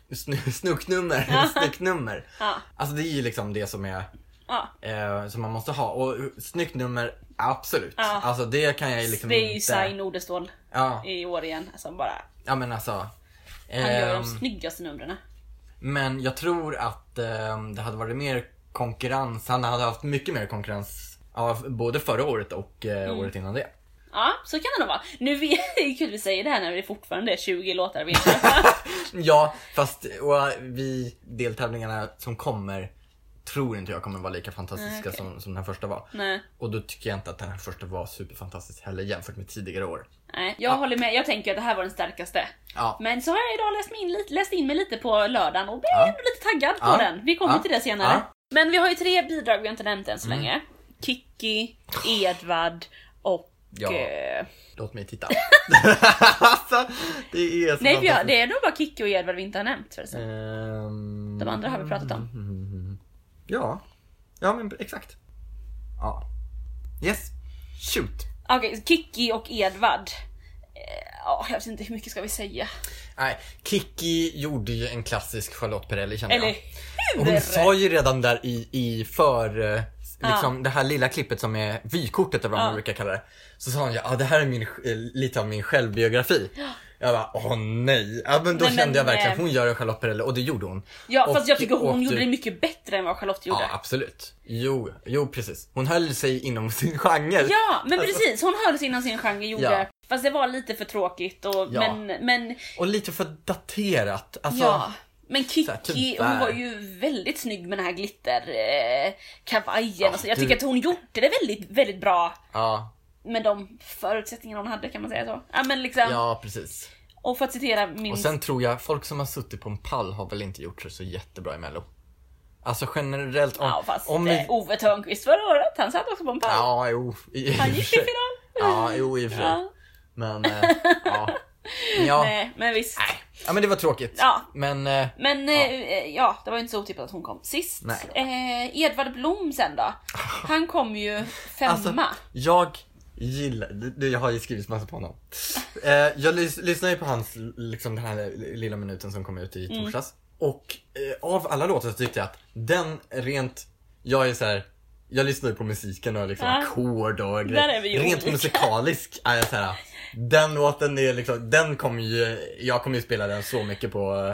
snucknummer. Alltså det är ju liksom det som är som man måste ha. Och snyggt nummer, absolut. Alltså det kan jag ju liksom inte. Det är ju Sign Nordestål i år igen. Alltså bara. Ja, men alltså. Han gör de snyggaste numren. Men jag tror att det hade varit mer konkurrens. Han hade haft mycket mer konkurrens både förra året och året innan det. Ja, så kan det nog vara. Nu är det kul vi säger det här när det fortfarande är 20 låtar vi Ja, fast deltävlingarna som kommer tror inte jag kommer vara lika fantastiska som den här första var. Nej. Och då tycker jag inte att den här första var superfantastisk heller jämfört med tidigare år. Nej, jag håller med. Jag tänker att det här var den starkaste. Men så har jag idag läst in mig lite på lördagen och blev ändå lite taggad på den. Vi kommer till det senare. Men vi har ju 3 bidrag vi har inte nämnt än så länge. Kikki, Edvard och... låt mig titta. Alltså, det är så. Nej, det är nog bara Kikki och Edvard vi inte har nämnt. De andra har vi pratat om. Ja, men exakt. Yes, shoot. Okej, Kikki och Edvard. Jag vet inte hur mycket ska vi säga. Nej, Kikki gjorde ju en klassisk Charlotte Perrelli, känner jag. Eller hur? Och hon sa ju redan där i liksom det här lilla klippet som är vykortet eller vad man brukar kalla det. Så sa hon det här är lite av min självbiografi. Jag bara, nej. Men då kände jag verkligen, hon gör Charlotte Perrelli, och det gjorde hon. Ja, fast jag tycker hon gjorde det mycket bättre än vad Charlotte gjorde. Ja, absolut. Jo, precis. Hon höll sig inom sin genre. Ja, men precis. Hon höll sig inom sin genre, fast det var lite för tråkigt och men och lite för daterat. Alltså, men Kikki, hon var ju väldigt snygg med den här kavajen. Jag tycker att hon gjorde det väldigt, väldigt bra. Ja. Med de förutsättningar hon hade, kan man säga så. Ja, men liksom. Ja, precis. Och för att citera min... Och sen tror jag, folk som har suttit på en pall har väl inte gjort det så jättebra i Mello. Alltså generellt Ja, fast Ove Thörnqvist förra året, han satt också på en pall. Ja, jo. Han gick till final. Ja, jo, i och för sig. Ja. Men, ja. Nej, men visst. Ja, men det var tråkigt. Ja. Men ja, det var inte så otippat att hon kom sist. Nej. Edvard Blom sen då. Han kom ju 5. Alltså, jag gillar, jag har ju skrivit massa på honom. Jag lyssnar ju på hans, liksom den här lilla minuten som kom ut i torsdags. Och av alla låtar så tyckte jag att den rent, jag är så här, jag lyssnar ju på musiken och liksom ackord och grejer. Rent musikalisk är jag så här. Den låten är liksom, jag kommer ju spela den så mycket på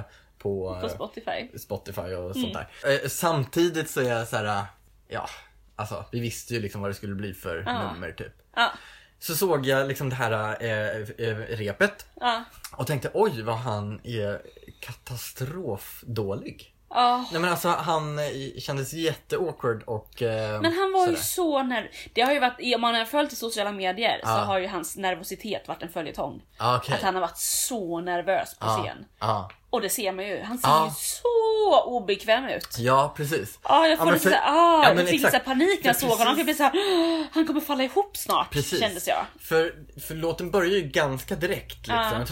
Spotify och sånt där. Samtidigt så är jag så här, ja, alltså vi visste ju liksom vad det skulle bli för nummer typ. Så såg jag liksom det här repet och tänkte, oj vad han är katastrofdålig. Nej, men alltså han kändes jätteawkward och men han var ju så det har ju varit, om man har följt i sociala medier så har ju hans nervositet varit en följetong. Okay. Att han har varit så nervös på scen. Och det ser man ju. Han ser ju så obekväm ut. Ja, precis. Jag får lite men fick så panik när jag såg honom. Jag blev så här, han kommer falla ihop snart, precis. Kändes jag. För låten börjar ju ganska direkt liksom.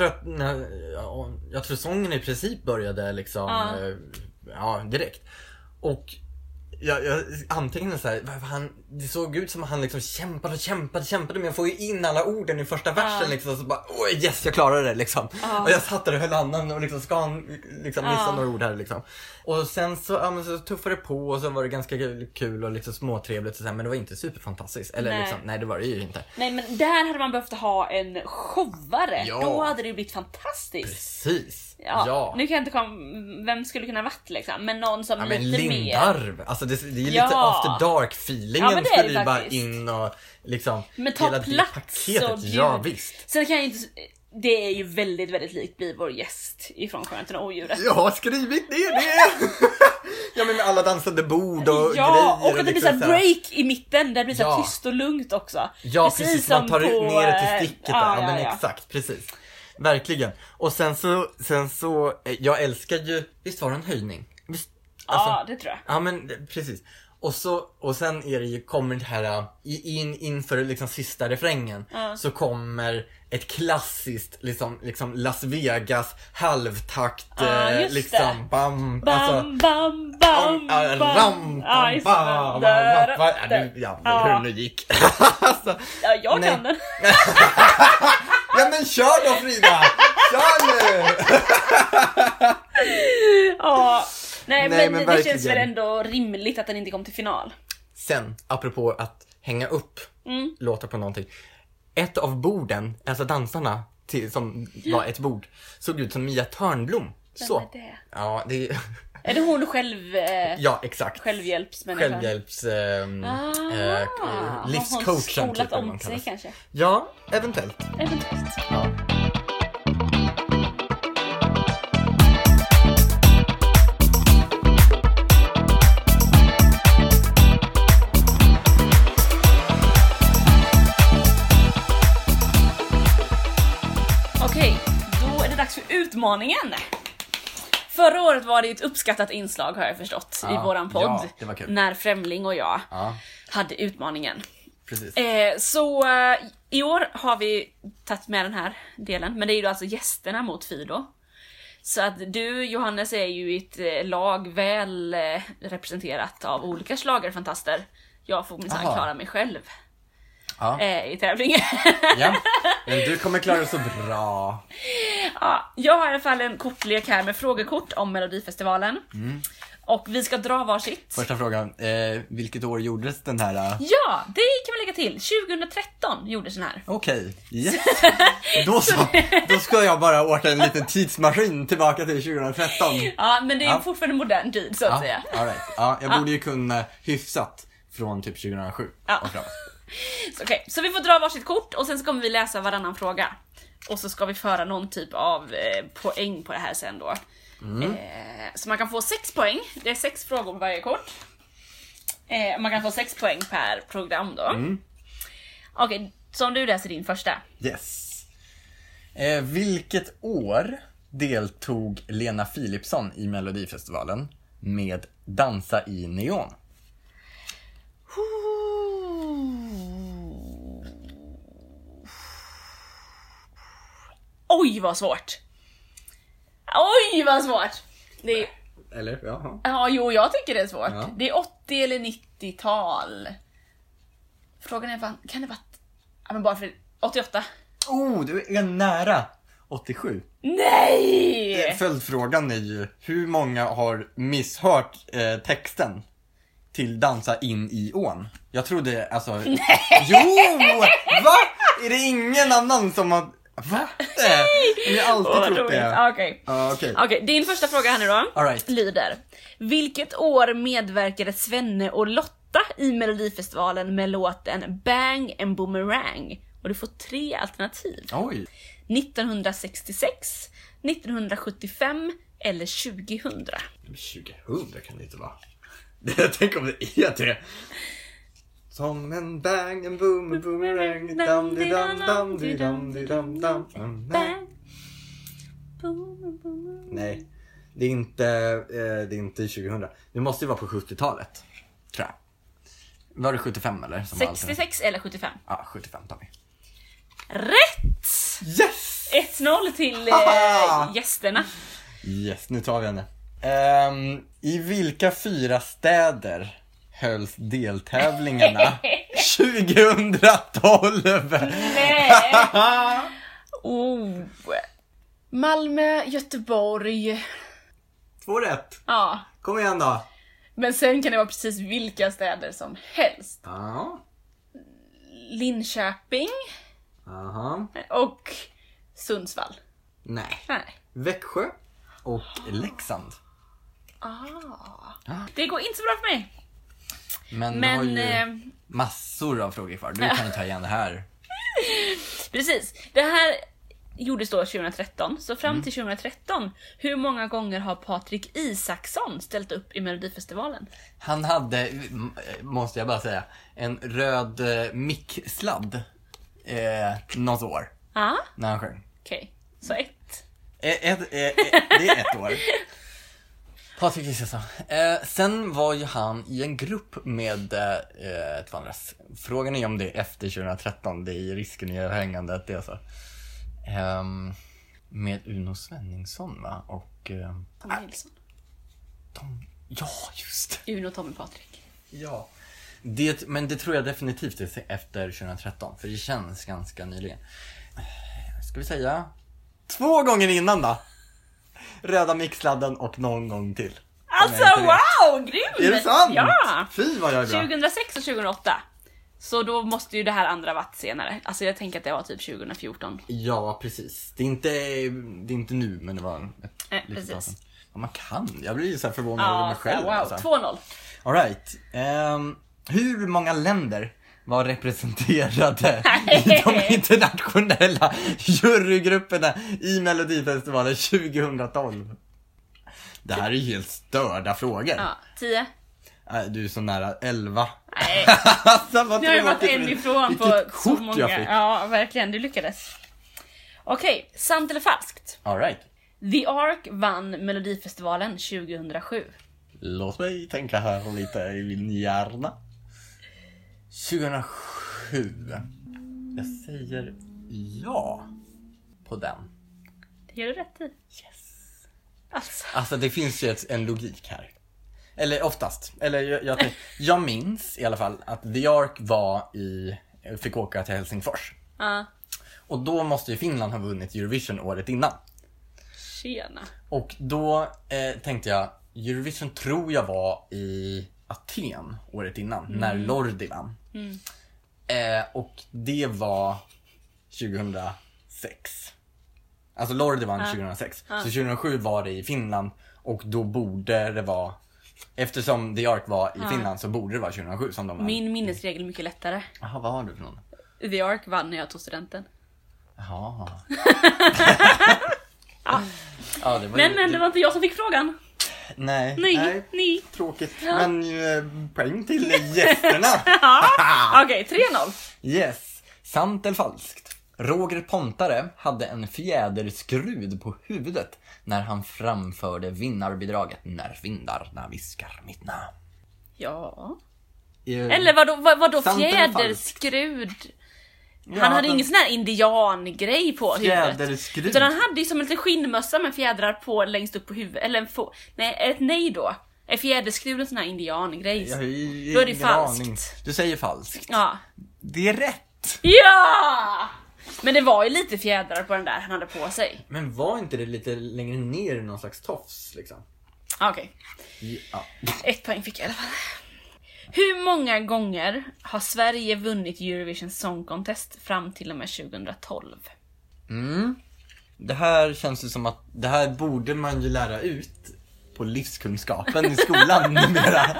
Jag tror sången i princip började liksom direkt. Och jag antecknade så här, det såg ut som att han liksom kämpade, men jag får ju in alla orden i första versen liksom, så bara, yes, jag klarade det liksom. Och jag satt där och höll andan och liksom, ska han liksom missa några ord här liksom. Och sen så tuffade det på och så var det ganska kul och liksom småtrevligt och så här, men det var inte superfantastiskt. Eller liksom, nej, det var det ju inte. Nej, men där hade man behövt ha en showare. Då hade det ju blivit fantastiskt. Precis. Ja. Nu kan jag inte komma, vem skulle kunna varit liksom, men någon som lite men Lindarw. mer. Alltså det är ju lite after dark feelingen skulle ju bara in och liksom men ta plats och ja, visst. Sen kan jag inte, det är ju väldigt, väldigt likt bli vår gäst ifrån Skönheten och odjuret. Jag har skrivit ner det. Ja, men med alla dansande bord och grejer. Och att det blir så break i mitten där det blir så tyst och lugnt också. Ja, precis man tar ner det till sticket där. Ja, men exakt, precis. Verkligen. Och sen så jag älskar ju, visst var det en höjning? Visst, alltså, det tror jag. Ja, men precis. Och sen är det ju, kommer det här inför liksom sista refrängen så kommer ett klassiskt liksom Las Vegas halvtakt liksom bam bam bam bam bam hur nu gick. Ja, jag kan den. Ja, men kör då, Frida. Kör nu. Nej, men det känns väl ändå rimligt att den inte kom till final. Sen, apropå att hänga upp låtar på någonting. Ett av borden, alltså dansarna som var ett bord, såg ut som Mia Törnblom. Så. Vem är det? Ja, det är det hon själv? Ja, exakt. Självhjälpsmänniska. Livscoachen. Har hon skolat om sig kanske? Ja, eventuellt. Ja. Okej, då är det dags för utmaningen. Förra året var det ett uppskattat inslag, har jag förstått, i våran podd. Ja, det var kul. När Främling och jag hade utmaningen. Precis. Så i år har vi tagit med den här delen. Men det är ju alltså gästerna mot Fido. Så att du, Johannes, är ju ett lag väl representerat av olika schlagerfantaster. Jag får minsann klara mig själv. I tävlingen. Ja, men du kommer klara det så bra. Ja, jag har i alla fall en kortlek här med frågekort om Melodifestivalen. Och vi ska dra varsitt. Första frågan, vilket år gjordes den här? Ja, det kan vi lägga till. 2013 gjordes den här. Okej, yes. Då ska jag bara åka en liten tidsmaskin tillbaka till 2013. Ja, men det är fortfarande modern tid, så att säga. All right. Ja, jag borde ju kunna hyfsat från typ 2007 och framåt. Okej, så vi får dra varsitt kort och sen så kommer vi läsa varannan fråga. Och så ska vi föra någon typ av poäng på det här sen då. Så man kan få 6 poäng. Det är 6 frågor på varje kort. Man kan få 6 poäng per program då. Okej, så om du läser din första. Yes. Vilket år deltog Lena Philipsson i Melodifestivalen med Dansa i neon. Oj, vad svårt. Det är... Eller? Jaha. Ja, jo, jag tycker det är svårt. Ja. Det är 80 eller 90-tal. Frågan är, kan det vara... Ja, men bara för 88. Du är nära. 87. Nej! Följdfrågan är ju, hur många har misshört texten till Dansa in i ån? Jag trodde, alltså... Nej! Jo! Va? Är det ingen annan som har... Va? Men jag har alltid trott det. Okej, din första fråga här nu då. All right. Lyder: vilket år medverkade Svenne och Lotta i Melodifestivalen med låten Bang and Boomerang? Och du får 3 alternativ. Oj. 1966, 1975 eller 2000. 2000 kan det inte vara. Jag tänker om det är det. Som en bang and boom and boomerang, dam di dam dam di dam di dam dam. Nej, det är inte 2000. Det måste ju vara på 70-talet, tror jag. Var det 75 eller? 66 eller 75? Ja, 75 tar vi. Rätt! Yes! 1-0 till gästerna. Yes, nu tar vi henne. I vilka 4 städer hölls deltävlingarna 2012? Nej! Malmö, Göteborg. 2 rätt. Ja. Kom igen då. Men sen kan det vara precis vilka städer som helst. Ja. Linköping. Aha. Och Sundsvall. Nej. Nej. Växjö och Leksand. Det går inte så bra för mig. Men du har ju massor av frågor kvar. Du kan ju ta igen det här. Precis. Det här gjordes då 2013. Så fram till 2013, hur många gånger har Patrik Isaksson ställt upp i Melodifestivalen? Han hade, måste jag bara säga, en röd micksladd något år. När han sjöng. Okej, så 1. Det är 1 år. Patrik Isaksson. Sen var ju han i en grupp med ett andra. Frågan är om det är efter 2013. Det är ju risken i hängande. Det är så. Med Uno Svenningsson, va? Och Tommy Nilsson. Ja, just. Uno, Tommy, Patrik. Ja. Men det tror jag definitivt är efter 2013. För det känns ganska nyligen. Ska vi säga 2 gånger innan då? Röda mixladden och någon gång till. Alltså, wow, grymt! Är det sant? Ja! Fy vad jag är bra. 2006 och 2008. Så då måste ju det här andra varit senare. Alltså jag tänker att det var typ 2014. Ja, precis. Det är inte nu, men det var precis. Man kan. Jag blir ju så här förvånad över mig själv. Wow, alltså. 2-0. All right. Hur många länder var representerade i de internationella jurygrupperna i Melodifestivalen 2012? Det här är ju helt störda frågor. Ja, 10. Du är så nära 11. Nej. Alltså, Nu har jag varit en ifrån på så många. Jag fick. Ja, verkligen. Du lyckades. Okej, sant eller falskt? All right. The Ark vann Melodifestivalen 2007. Låt mig tänka här lite i min hjärna. 2007. Jag säger ja på den. Det gör du rätt i. Yes. Alltså det finns ju en logik här. Eller oftast. Eller jag minns i alla fall att The Ark fick åka till Helsingfors. Och då måste ju Finland ha vunnit Eurovision året innan. Tjena. Och då tänkte jag, Eurovision tror jag var i Aten året innan, när Lordi vann. Och det var 2006. Alltså Lordi vann 2006. Så 2007 var det i Finland. Och då borde det vara, eftersom The Ark var i Finland, så borde det vara 2007 som de vann. Min minnesregel är mycket lättare. Jaha, vad har du för någon? The Ark vann när jag tog studenten. Jaha. Men det var inte jag som fick frågan. Nej. Tråkigt. Ja. Men poäng till gästerna. Okej, 3-0. Yes. Sant eller falskt? Roger Pontare hade en fjäderskrud på huvudet när han framförde vinnarbidraget När vindarna viskar mitt namn. Ja. Eller vadå fjäderskrud? Han hade ingen sån här indiangrej på huvudet. Utan han hade ju som en liten skinnmössa med fjädrar på längst upp på huvudet. Eller nej då. Är fjäderskrud en sån här indiangrej? Då är det falskt. Du säger falskt. Ja. Det är rätt. Ja! Men det var ju lite fjädrar på den där han hade på sig. Men var inte det lite längre ner i någon slags tofs liksom? Okej. Ja. 1 poäng fick jag i alla fall. Hur många gånger har Sverige vunnit Eurovision Song Contest fram till och med 2012? Det här känns ju som att det här borde man ju lära ut på livskunskapen i skolan numera.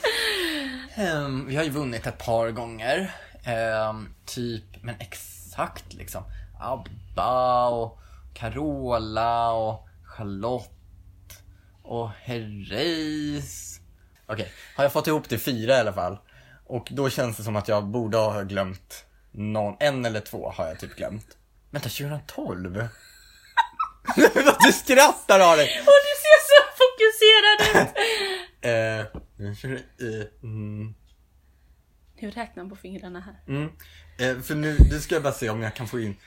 Vi har ju vunnit ett par gånger. Men exakt liksom. Abba och Carola och Charlotte och Herreys. Okej, har jag fått ihop till 4 i alla fall. Och då känns det som att jag borde ha glömt en eller 2 har jag typ glömt. Vänta, 2012? Du skrattar av dig. Och du ser så fokuserad ut. Hur räknar man på fingrarna här? För nu ska jag bara se om jag kan få in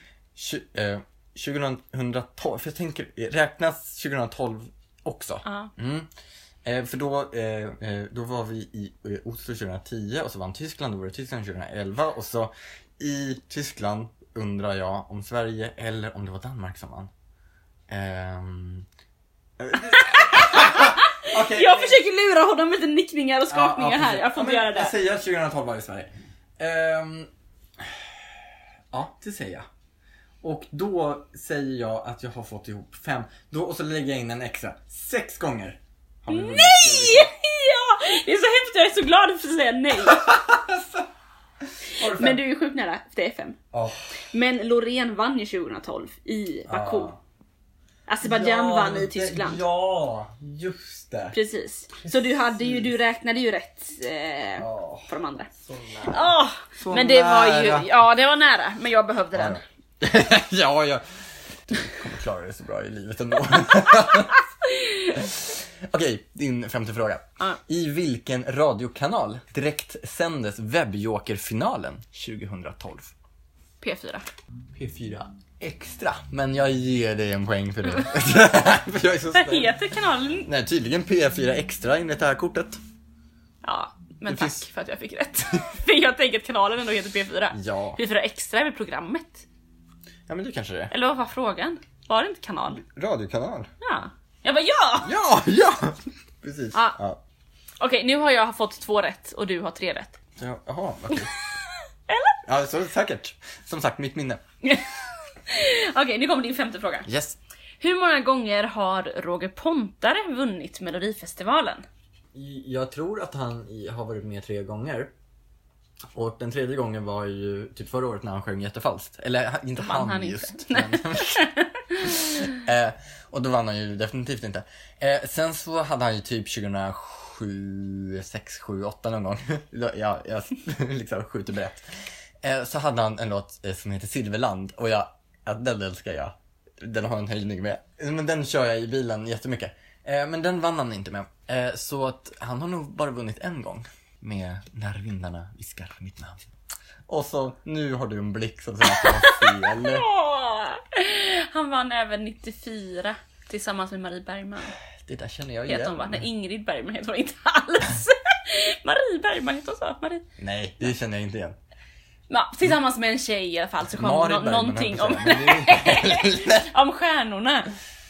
2012. För jag tänker, räknas 2012 också? För då var vi i Oslo 2010 och så vann Tyskland, då var det Tyskland 2011 och så i Tyskland undrar jag om Sverige eller om det var Danmark som vann. Okay. Jag försöker lura honom med lite nickningar och skakningar här. Jag får inte göra det. Jag säger att 2012 var i Sverige. Ja, det säger jag. Och då säger jag att jag har fått ihop 5. Och så lägger jag in en extra. 6 gånger. Nej! Ja! Det är så hemskt, jag är så glad för att säga nej. Men du är sjukt nära, för det är 5. Men Loreen vann ju 2012 i Baku. Azerbaijan vann i Tyskland. Ja, just det. Precis. Så du räknade ju rätt för de andra. Men det var ju, det var nära, men jag behövde den. Jag kommer klara det så bra i livet ändå. Okej, din 5:e fråga. I vilken radiokanal direkt sändes Webbjoker-finalen 2012? P4. P4 extra, men jag ger dig en poäng för det. För jag är så Vad heter kanalen? Nej, tydligen P4 extra enligt det här kortet. Ja, men tack för att jag fick rätt. För jag tänker att kanalen ändå heter P4. Ja. P4 extra är väl programmet? Ja, men det kanske det är. Eller vad var frågan? Var det inte kanal? Radiokanal. Ja. Jag bara ja! Ja! Precis. Ja. Okej, nu har jag fått 2 rätt och du har 3 rätt. Jaha, okej. Eller? Ja, så säkert. Som sagt, mitt minne. Okej, nu kommer din 5:e fråga. Yes. Hur många gånger har Roger Pontare vunnit Melodifestivalen? Jag tror att han har varit med 3 gånger. Och den 3:e gången var ju typ förra året när han sjöng jättefalskt. Eller inte han just. Men, och då vann han ju definitivt inte. Sen så hade han ju typ 2007, 6, 7, 8 någon gång. Jag liksom skjuter brett. Så hade han en låt som heter Silverland. Och den älskar jag. Den har en höjning med. Men den kör jag i bilen jättemycket. Men den vann han inte med. Så att han har nog bara vunnit en gång. Med När vindarna viskar mitt namn. Och så, nu har du en blick som säger att det var fel. Han vann även 94 tillsammans med Marie Bergman. Det där känner jag igen. igen. Hon var, Ingrid Bergman heter hon inte alls. Marie Bergman heter hon så. Marie. Nej, det känner jag inte igen. Ja, tillsammans med en tjej i alla fall så kom någonting om om stjärnorna.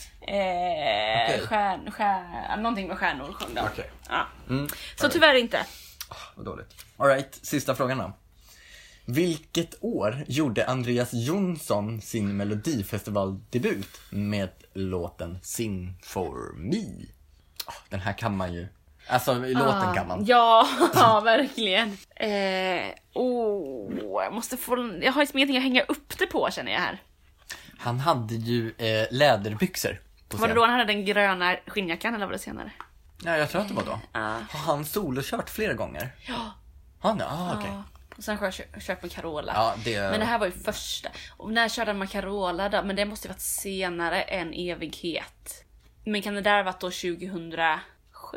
Någonting med stjärnor sjöng de. Okay. Ja. Så tyvärr inte. Vad dåligt. All right, sista frågan då. Vilket år gjorde Andreas Jonsson sin Melodifestivaldebut med låten Sing for me? Den här kan man ju. Alltså låten kan man. Ja, verkligen. Jag har liksom ingenting att hänga upp det på, känner jag här. Han hade ju läderbyxor på Var det då han hade den gröna skinnjackan eller var det senare? Ja, jag tror att det var då. Har han solokört flera gånger? Ja. Okej. Och sen har jag kört med Carola. Ja, Men det här var ju första. Och när körde man Carola då? Men det måste ju varit senare än evighet. Men kan det där ha varit då 2007?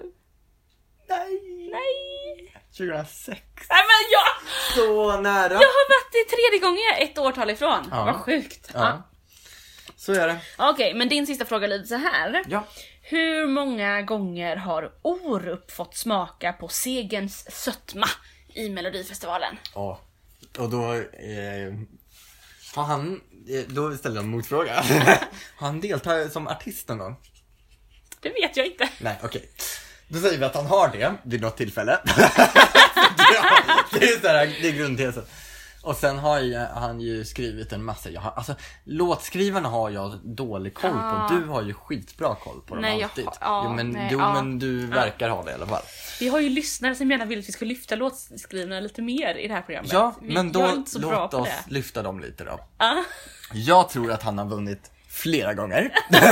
Nej. 2006. Nej men Så nära. Jag har varit det 3:e gången jag är ett årtal ifrån. Ja. Vad sjukt. Ja. Så är det. Okej, men din sista fråga lyder så här. Ja. Hur många gånger har Orup fått smaka på segerns sötma i Melodifestivalen? Ja. Och då har han, då ställer jag en motfråga. Har han deltagit som artist någon gång? Det vet jag inte. Nej, okej. Då säger vi att han har det vid något tillfälle. Det är så här, det är grundtesen. Och sen har han ju skrivit en massa. Alltså, låtskrivarna har jag dålig koll på. Du har ju skitbra koll på dem alltid. Men du verkar ha det i alla fall. Vi har ju lyssnare som gärna vill att vi ska lyfta låtskrivarna lite mer i det här programmet. Ja, men då låt oss lyfta dem lite då. Jag tror att han har vunnit flera gånger.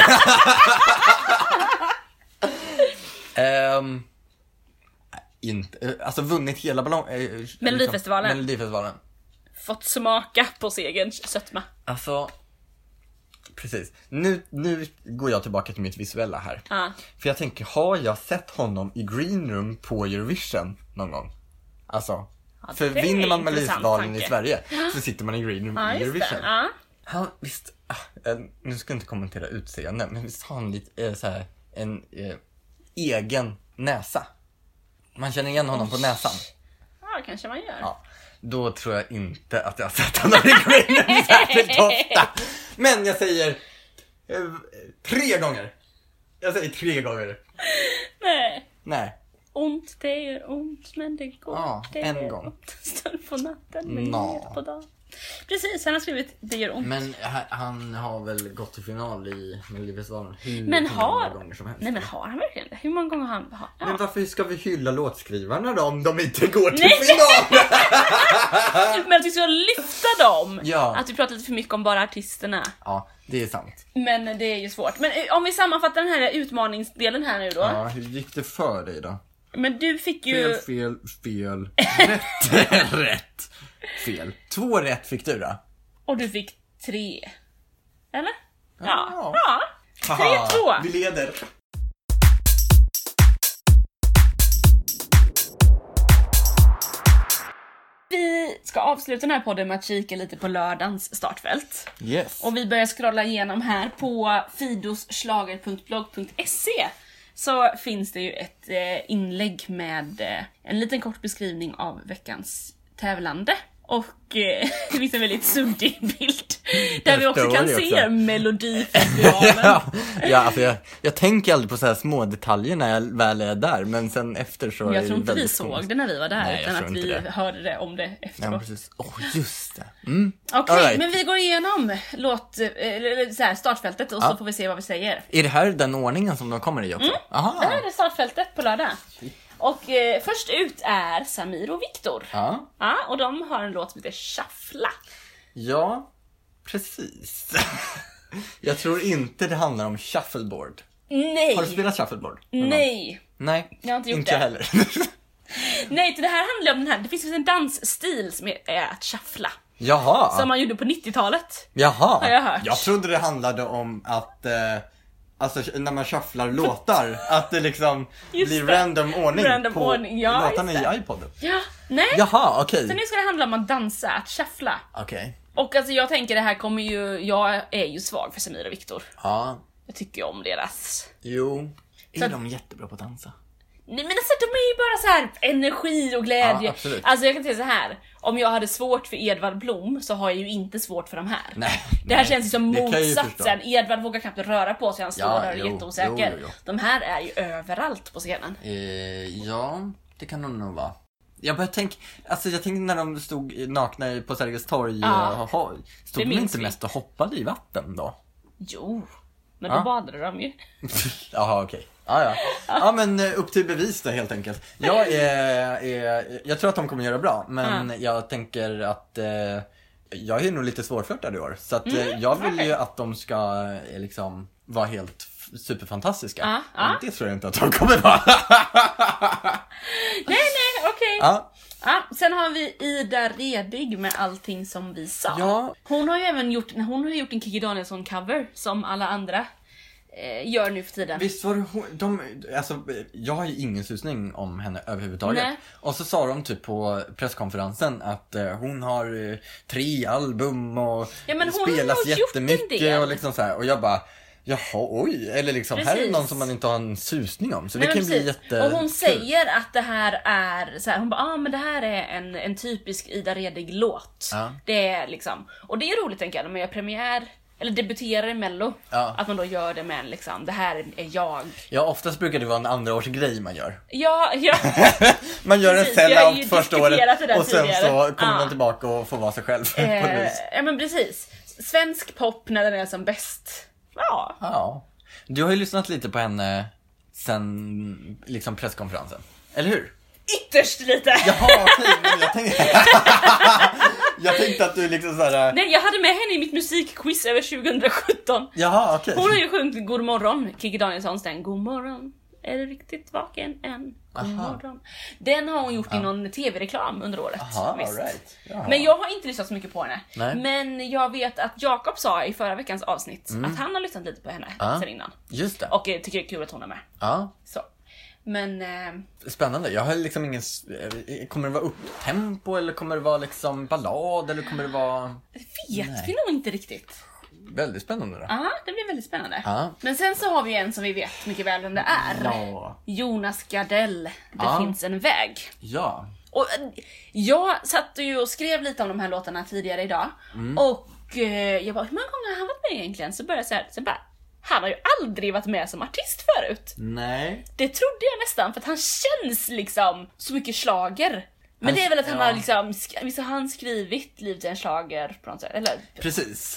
Alltså vunnit hela Melodifestivalen. Fått smaka på segerns sötma. Alltså, precis. Nu går jag tillbaka till mitt visuella här. För jag tänker, har jag sett honom i Green Room på Eurovision någon gång? Alltså, för vinner man Melodifestivalen i Sverige så sitter man i Green Room i Eurovision. Han, visst, nu ska jag inte kommentera utseende, men visst har han lite så här, en egen näsa. Man känner igen honom på näsan. Ja, kanske man gör. Ja, då tror jag inte att jag har sett honom i Green Room särskilt ofta. Men jag säger 3 gånger. Jag säger 3 gånger. Nej. Ont, det gör ont, men det går. Ja, det en gång. Stund på natten, men på dagen. Precis, han har skrivit det gör ont. Men han har väl gått till final i Melodifestivalen hur många gånger som helst. Nej, men har han verkligen det? Hur många gånger har han? Ja. Men varför ska vi hylla låtskrivarna då om de inte går till final? Men att vi ska lyfta dem. Ja. Att vi pratar lite för mycket om bara artisterna. Ja, det är sant. Men det är ju svårt. Men om vi sammanfattar den här utmaningsdelen här nu då. Ja, hur gick det för dig då? Men du fick ju... Fel. Rätt. Fel. 2 rätt fick du då. Och du fick 3. Eller? Ja. 3-2. Vi leder. Vi ska avsluta den här podden med att kika lite på lördagens startfält. Yes. Och vi börjar scrolla igenom här på fidosschlager.blogg.se. Så finns det ju ett inlägg med en liten kort beskrivning av veckans tävlande. Och det finns en väldigt suddig bild där vi också kan se Melodifestivalen. Ja, alltså jag tänker aldrig på så här små detaljer när jag väl är där, men sen efter så jag tror inte vi såg såg det när vi var där. Nej, utan att vi hörde det om det efteråt. Ja, precis. Just det. Okej, men vi går igenom startfältet och så får vi se vad vi säger. Är det här den ordningen som de kommer i också? Aha. Det här är startfältet på lördag. Och först ut är Samir och Viktor. Ja, och de har en låt som heter Shuffla. Ja, precis. Jag tror inte det handlar om shuffleboard. Nej. Har du spelat shuffleboard? Nej. Nej, jag har inte gjort inte det. Heller. Nej, det här handlar om den här. Det finns en dansstil som är att shuffla. Jaha. Som man gjorde på 90-talet. Jaha. Har jag hört. Jag trodde det handlade om att alltså när man shufflar låtar att det liksom blir random ordning på låtarna i iPoden. Ja, nej. Jaha, okej. Så nu ska det handla om att dansa, att shuffla. Okej. Och alltså jag tänker det här kommer ju, jag är ju svag för Samir och Viktor. Ja. Jag tycker ju om deras. Jo. Så är de jättebra på att dansa? Nej, men alltså de är ju bara så här energi och glädje. Ja, absolut. Alltså jag kan säga så här. Om jag hade svårt för Edvard Blom så har jag ju inte svårt för de här. Nej. Det här känns ju som Det kan jag ju motsatsen. Edvard vågar knappt röra på sig, han står där och är jätteosäker. Jo. De här är ju överallt på scenen. Ja, det kan de nog vara. Jag tänkte när de stod nakna på Sergels torg, stod de inte mest och hoppade i vatten då? Jo, men då badade de ju. Jaha, okej. Ja, men upp till bevis då helt enkelt. Jag tror att de kommer göra bra, men jag tänker att jag är nog lite svårflörtad i år. Så att jag vill ju att de ska liksom vara helt superfantastiska. Och det tror jag inte att de kommer vara. Nej, okej. Ja. Ja, sen har vi Ida Redig med Allting som vi sa. Ja. Hon har ju även gjort en Kikki Danielsson-cover som alla andra gör nu för tiden. Visst var det alltså, jag har ju ingen susning om henne överhuvudtaget. Nej. Och så sa de typ på presskonferensen att hon har 3 album och Ja, men hon spelas har gjort en jättemycket del. och liksom så här. Och jag bara, jaha, oj. Eller liksom, här är Precis. någon som man inte har en susning om. Så Nej, det kan men bli precis. jätte. Och hon säger att det här är så här, hon bara, men det här är en typisk Ida Redig-låt. Ja. Det är liksom, och det är roligt tänker jag, när man gör premiär eller debuterar i Mello, Ja. att man då gör det med en liksom, det här är jag. Ja, oftast brukar det vara en andraårsgrej man gör. Ja. Man gör Precis, en vi har ju sellout första diskuterat året det där och sen tidigare. så kommer man tillbaka och får vara sig själv på något vis. Ja men precis. Svensk pop när den är som bäst. Ja. Ja. Du har ju lyssnat lite på henne sen liksom presskonferensen. Eller hur? Ytterst lite. Jaha, okej, men jag tänkte att du liksom såhär. Nej, jag hade med henne i mitt musikquiz över 2017. Jaha, okej. Hon har ju sjungit God morgon, Kikki Danielssons den. God morgon, är du riktigt vaken än? God Aha. morgon. Den har hon gjort i någon tv-reklam under året. Aha, visst. right. Jaha. Men jag har inte lyssnat så mycket på henne. Nej. Men jag vet att Jakob sa i förra veckans avsnitt att han har lyssnat lite på henne sen innan. Just det. Och tycker det är kul att hon är med. Ja. Så. Men Spännande. Jag har liksom ingen. Kommer det vara upptempo eller kommer det vara liksom ballad eller kommer det vara. det vet vi nog inte riktigt. Väldigt spännande då. Ja, det blir väldigt spännande. Ja. Men sen så har vi en som vi vet mycket väl vem det är. Ja. Jonas Gardell, Det Ja. finns en väg. Ja. Och jag satt ju och skrev lite om de här låtarna tidigare idag. Och jag bara, hur många gånger har han varit med egentligen? Så började jag så bara, han har ju aldrig varit med som artist förut. Nej. Det trodde jag nästan, för att han känns liksom så mycket slager. Men Han- det är väl att han ja. har liksom, visst har han skrivit Liv till en slager på något sätt? Eller Precis.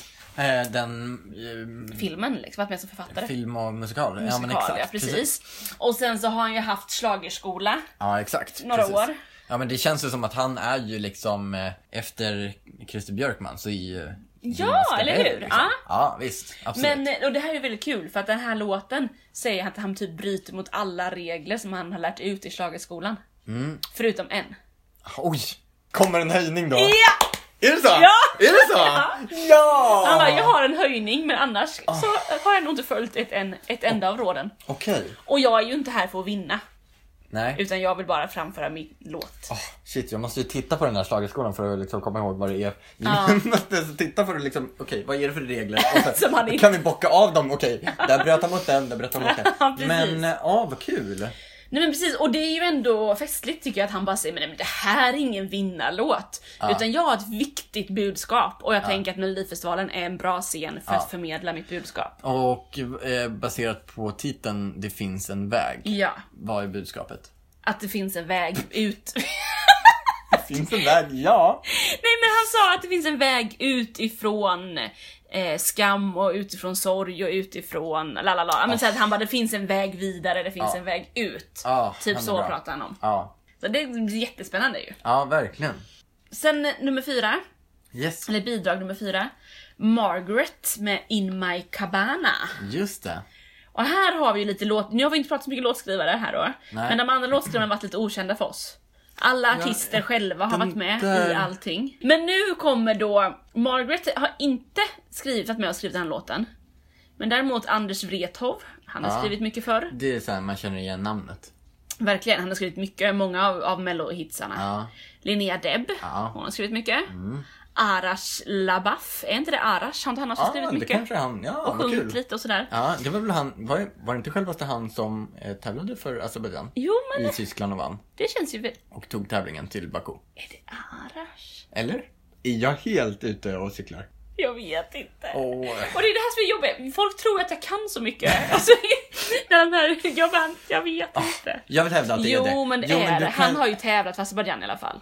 Den filmen liksom, varit med som författare. film och musikal. Ja, men Musikal, exakt. ja, precis. Och sen så har han ju haft schlagerskola Ja, exakt. några precis. år. Ja, men det känns ju som att han är ju liksom efter Christer Björkman så är ju Jonas eller Gardell, hur? liksom. Ja. Ja, visst. Absolut. Men, och det här är väldigt kul, för att den här låten säger att han typ bryter mot alla regler som han har lärt ut i schlagerskolan. Förutom en. Oj, kommer en höjning då? Ja! Är det så? Ja! Är det så? Ja! Han bara, jag har en höjning, men annars så har jag nog inte följt ett enda av råden. Okej. Och jag är ju inte här för att vinna, Nej. utan jag vill bara framföra min låt. Shit, jag måste ju titta på den där schlagerskolan för att liksom komma ihåg vad det är. Ja. Jag måste titta för att liksom, okej, vad är det för regler? Och sen, Som han inte- kan vi bocka av dem? Okej, där bröt han mot den, där bröt han mot Ja, den. precis. Men, vad kul. Nej men precis, och det är ju ändå festligt tycker jag att han bara säger, men det här är ingen vinnarlåt, utan jag har ett viktigt budskap och jag tänker att Melodifestivalen är en bra scen för att förmedla mitt budskap. Och baserat på titeln Det finns en väg. Ja, Vad är budskapet? att det finns en väg ut. Det finns en väg, ja. Nej men han sa att det finns en väg utifrån skam och utifrån sorg och utifrån lalala. Men så att han bara, det finns en väg vidare, det finns en väg ut. Typ han är så bra. pratar han om. Ja, Så det är jättespännande ju. ja verkligen. Sen nummer 4, Yes, eller bidrag nummer 4, Margaret med In My Cabana. just det. Och här har vi ju lite låt, nu har vi inte pratat så mycket låtskrivare här då. Nej. Men de andra låtskrivarna har varit lite okända för oss. Alla artister själva har den varit med där- i allting. Men nu kommer då, Margaret har inte varit med och skrivit den här låten. Men däremot Anders Wrethov, han har skrivit mycket förr. Det är så här, man känner igen namnet. Verkligen, han har skrivit mycket, många av Mello-hitsarna. Ja. Linnea Deb, hon har skrivit mycket. Arash Labaf, är inte det Arash? Har inte han också skrivit det mycket? kanske han, ja, Och vad sjungit kul. lite och sådär. Ja, det var väl han, var det inte självaste han som tävlade för Azerbaijan Jo men i Tyskland och vann det känns ju väl... och tog tävlingen till Baku? Är det Arash? Eller? Är jag helt ute och cyklar? Jag vet inte. Åh. Och det är det här som är jobbigt. Folk tror att jag kan så mycket. Alltså, när de här, jag vet inte. Jag vill hävda att det är det. Jo men det är du det. Han har ju tävlat för Azerbaijan i alla fall.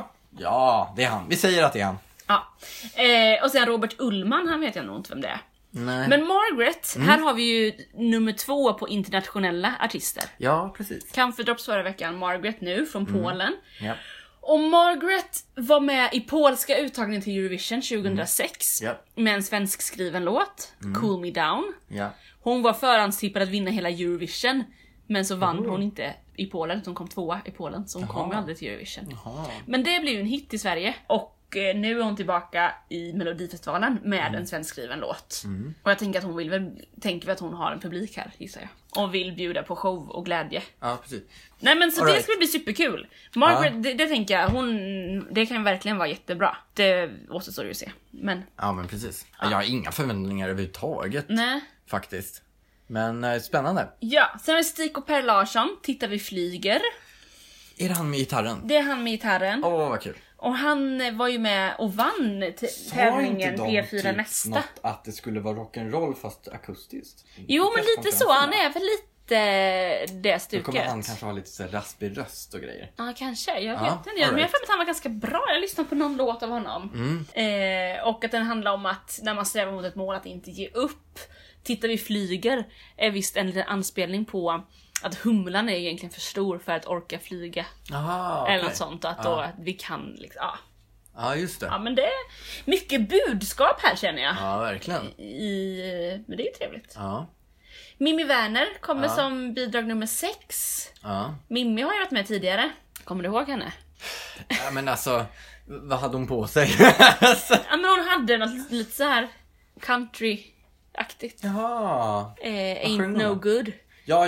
Ja, det är han. Vi säger att det är han. Ja. Och sen Robert Ullman, han vet jag nog inte vem det är. Nej. Men Margaret, här har vi ju nummer 2 på internationella artister. Ja, precis. Camphor Drops förra veckan, Margaret nu från Polen. Ja. Och Margaret var med i polska uttagningen till Eurovision 2006 Ja. med en svensk skriven låt, Cool Me Down. Ja. Hon var förhandstippad att vinna hela Eurovision, men så vann hon inte i Polen, hon kom 2 i Polen, så hon kom ju aldrig till Eurovision. Jaha. Men det blev ju en hit i Sverige, och nu är hon tillbaka i Melodifestivalen med en svenskskriven låt. Och jag tänker att hon tänker att hon har en publik här, gissar jag. Och vill bjuda på show och glädje. Ja, precis. Nej, men så det skulle bli superkul. Margaret, det tänker jag, det kan verkligen vara jättebra. Det återstår ju att se. Men Ja, men precis. Jag har inga förväntningar överhuvudtaget. nej. Faktiskt. Men spännande. Ja, sen är Stig och Per Larsson, Titta vi flyger. Är det han med gitarren? Det är han med gitarren. Åh, vad kul. Och han var ju med och vann tävlingen P4 Nästa. Något att det skulle vara rock'n'roll fast akustiskt? Jo, men lite så. Han är väl lite det Då stuket. kommer han kanske ha lite så här raspig röst och grejer. Ja, kanske. Jag vet Ja, inte. Men jag har alright. för mig att han var ganska bra. Jag lyssnade på någon låt av honom. Och att den handlar om att när man strävar mot ett mål att inte ge upp. Titta vi flyger är visst en liten anspelning på att humlan är egentligen för stor för att orka flyga. Aha, Eller något sånt. Att, då, att vi kan liksom, Ja, just det. Ja, men det är mycket budskap här, känner jag. Ja, verkligen. Men det är ju trevligt. Ja. Mimmi Werner kommer som bidrag nummer 6. Ja. Mimmi har ju varit med tidigare. Kommer du ihåg henne? Ja, men alltså, vad hade hon på sig? Ja, men hon hade något lite så här country-aktigt. Jaha. Ain't sjöng no hon? good. Ja,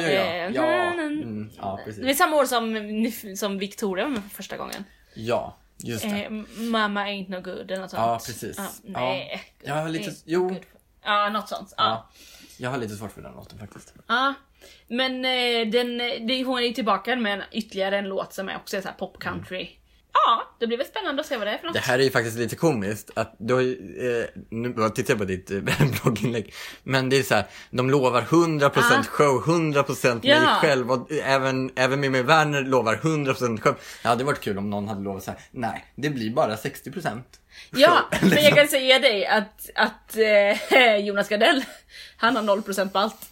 Det precis. är samma år som Victoria var med för första gången. Ja, just det. Mamma ain't no good eller något sånt. Ja, precis. Nej. Jag har lite, Ain't jo. good. Ja, något sånt. Ja. Jag har lite svårt för den låten faktiskt. Ja. Men hon är ju tillbaka med ytterligare en låt som är också så här pop country. Ja, det blir väl spännande att se vad det är för något. Det här är ju faktiskt lite komiskt att du har ju, nu tittar jag på ditt blogginlägg, men det är så här, de lovar 100% show, 100% mig själv, och även Mimmi Werner lovar 100% show. Ja, det hade varit kul om någon hade lovat så här: nej, det blir bara 60%. Ja, men jag kan säga dig att Jonas Gardell, han har 0% på allt.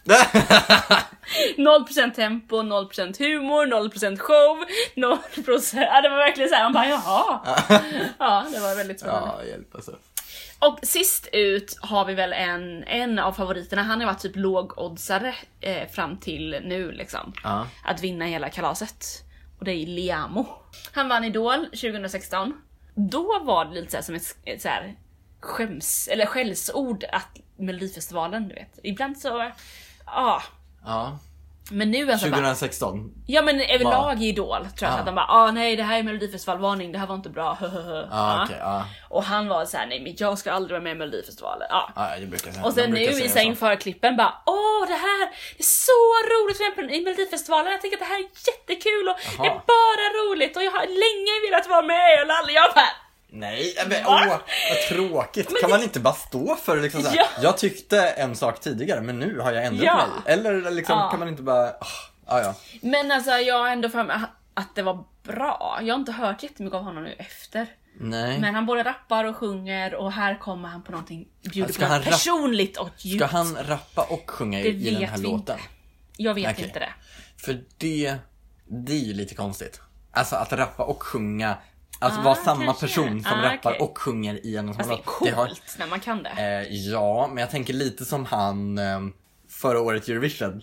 0% tempo, 0% humor, 0% show, 0%... Ja, det var verkligen så här, man bara, jaha. Ja, det var väldigt spännande. Ja, hjälp alltså. Och sist ut har vi väl en av favoriterna. Han har varit typ lågoddsare fram till nu liksom. Att vinna hela kalaset. Och det är Liamo. Han vann Idol 2016. Då var det lite så här som ett så här skällsord att Melodifestivalen, du vet. Ibland så ja. Men nu alltså 2016. Ja, men överlag i Idol tror jag att de bara, nej, det här är Melodifestivalvarning, det här var inte bra. Okay, och han var så här: nej, men jag ska aldrig vara med i Melodifestivalen. Jag brukar säga, och sen nu i sig inför klippen bara, det här det är så roligt för i Melodifestivalen. Jag tänker att det här är jättekul och det är bara roligt och jag har länge velat vara med. Och jag bara, nej, men vad tråkigt. Men kan man inte bara stå för liksom så här? Ja. Jag tyckte en sak tidigare, men nu har jag ändrat mig. Eller liksom kan man inte bara Men alltså, jag har ändå för mig att det var bra. Jag har inte hört jättemycket av honom nu efter. Nej. Men han både rappar och sjunger, och här kommer han på någonting personligt och djupt. Ska han rappa och sjunga i den här låten? Jag vet inte det. För det är ju lite konstigt. Alltså att rappa och sjunga, alltså vara samma person som rappar och sjunger i en och samma låt. Det är coolt när man kan det. Ja, men jag tänker lite som han förra året Eurovision.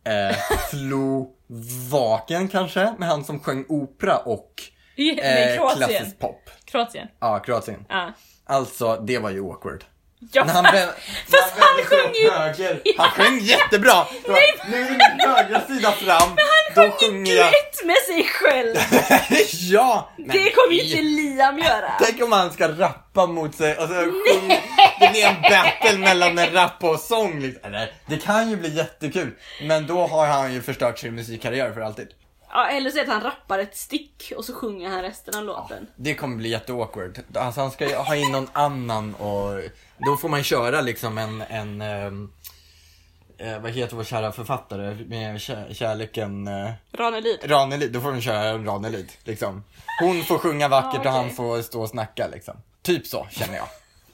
Slovaken kanske, med han som sjöng opera och klassisk pop. Kroatien. Ja, Kroatien. Alltså, det var ju awkward. Ja, när han sjöng jättebra. Nu är min högra sida fram. Men han sjöng duett med sig själv. Ja, det kommer inte Liam göra. Tänk om han ska rappa mot sig och så det blir en battle mellan en rapp och sång liksom. Det kan ju bli jättekul, men då har han ju förstört sin musikkarriär för alltid. Ja, eller så att han rappar ett stick och så sjunger han resten av låten. Det kommer bli jätteawkward. Alltså han ska ju ha in någon annan, och då får man köra liksom en vad heter vår kära författare med kärleken Ranelid. Då får man köra en Ranelid liksom. Hon får sjunga vackert och han får stå och snacka liksom. Typ så känner jag.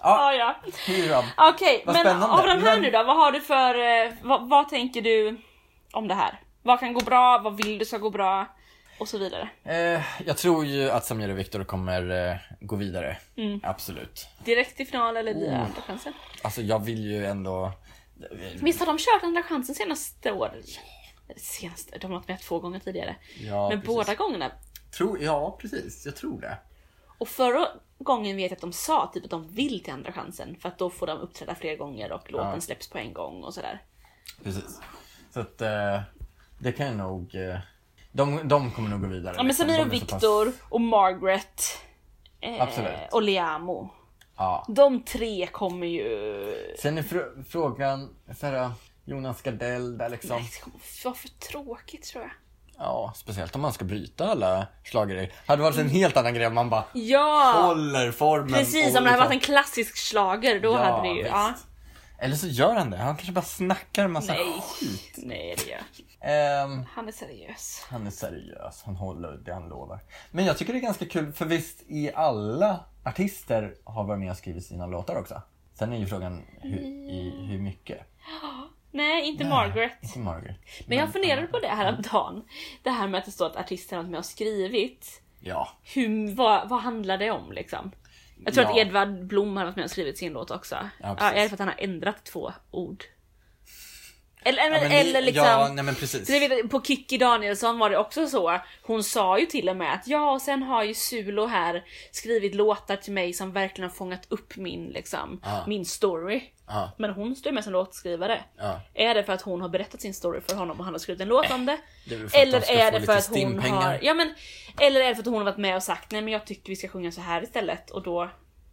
Okej, men spännande. Av de här nu då, vad har du för vad tänker du om det här? Vad kan gå bra, vad vill du ska gå bra och så vidare? Jag tror ju att Samir och Viktor kommer gå vidare. Absolut. Direkt i final eller via andra chansen? Alltså jag vill ju ändå... Visst har de kört andra chansen senaste året? Senaste, de har varit med 2 gånger tidigare. Ja, men precis. båda gångerna. Ja, precis. Jag tror det. Och förra gången vet jag att de sa typ att de vill till andra chansen. För att då får de uppträda fler gånger och låten släpps på en gång och sådär. Precis. Så att det kan jag nog... De kommer nog gå vidare. Ja, men sen är det Victor och Margaret och Liamo. Ja. De 3 kommer ju... Sen är frågan så här, Jonas Gardell där liksom. Nej, det kommer vara för tråkigt tror jag. Ja, speciellt om man ska bryta alla schlager. Hade varit en helt annan grej om man bara håller formen. Precis, om det hade varit en klassisk schlager då hade det ju... Ja. Eller så gör han det. Han kanske bara snackar en massa skit. Nej, det gör han är seriös. Han är seriös. Han håller det han lovar. Men jag tycker det är ganska kul. För visst i alla artister har varit med och skrivit sina låtar också. Sen är ju frågan hur mycket. Nej, inte Margaret. Inte Margaret. Men jag funderade på det här om dagen. Det här med att det står att artisten har med och skrivit. Ja. Vad handlar det om liksom? Jag tror att Edvard Blom har varit med och skrivit sin låt också. Ja, är det för att han har ändrat 2 ord? Eller liksom... Ja, nej men precis. Så jag vet, på Kikki Danielsson var det också så. Hon sa ju till och med att och sen har ju Sulo här skrivit låtar till mig som verkligen har fångat upp min story. Men hon står med som låtskrivare. Är det för att hon har berättat sin story för honom och han har skrivit en låt om det? Eller är det för att hon har... eller är det för att hon har varit med och sagt nej men jag tycker vi ska sjunga så här istället och då...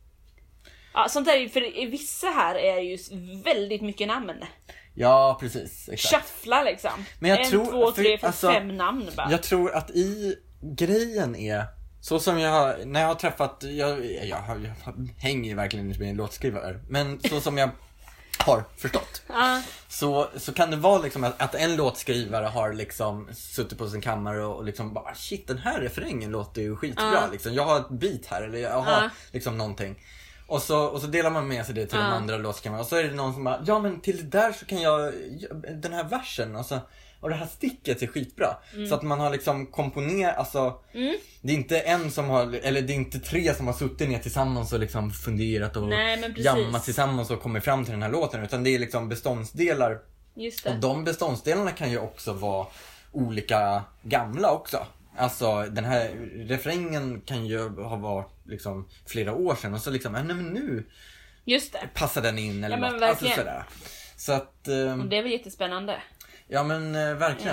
Ja, sånt där, för vissa här är ju väldigt mycket namn. Ja, precis. Exakt. Shuffla liksom. Men jag 1, tror, 2, 3, 4, 5 namn bara. Jag tror att i grejen är så som när jag har träffat jag hänger ju verkligen inte med en låtskrivare, men så som jag har förstått så kan det vara liksom att en låtskrivare har liksom suttit på sin kammare och liksom bara shit, den här refrängen låter ju skitbra liksom. Jag har ett beat här eller jag har liksom någonting. Och så delar man med sig det till de andra låtskrivarna. Och så är det någon som bara, ja men till det där så kan jag, den här versen och det här sticket är skitbra. Så att man har liksom komponerat, alltså det är inte en som har, eller det är inte 3 som har suttit ner tillsammans och liksom funderat och jammat tillsammans och kommit fram till den här låten. Utan det är liksom beståndsdelar. Just det. Och de beståndsdelarna kan ju också vara olika gamla också. Alltså den här refrängen kan ju ha varit liksom flera år sedan och så liksom, nej men nu just det. Passar den in eller men något, verkligen. alltså sådär. Så att det är väl jättespännande. Ja men verkligen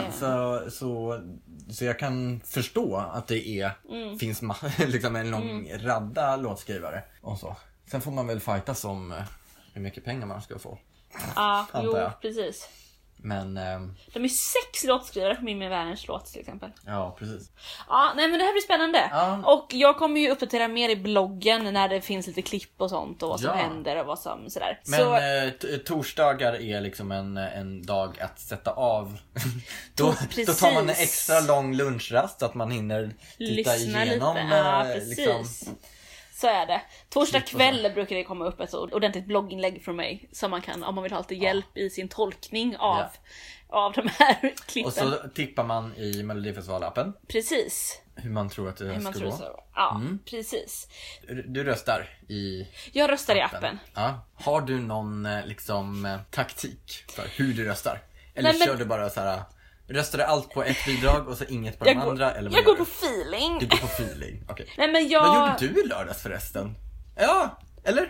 så jag kan förstå att det finns liksom en lång radda låtskrivare och så. Sen får man väl fightas om hur mycket pengar man ska få. Ja, precis. Men de är 6 låtskrivare på Min med världens låt till exempel. Ja, precis. Ja, nej men det här blir spännande. Och jag kommer ju uppdatera mer i bloggen när det finns lite klipp och sånt och vad som händer och vad som sådär. Men torsdagar är liksom en dag att sätta av. Då tar man en extra lång lunchrast så att man hinner titta igenom lite. Ja, precis. Liksom. Så är det. Torsdag kväll brukar det komma upp ett ordentligt blogginlägg från mig som man kan, om man vill ha lite hjälp i sin tolkning av de här klippen. Och så tippar man i Melodifestivalappen. Precis. Hur man tror att det ska gå. Ja, precis. Du röstar i Jag röstar i appen. Ja. Har du någon liksom taktik för hur du röstar? Eller kör du bara så här? Röstar du allt på ett bidrag och så inget på de andra? Eller jag går på feeling. Du går på feeling, okej. Nej men Vad gjorde du i lördags förresten? Ja, eller?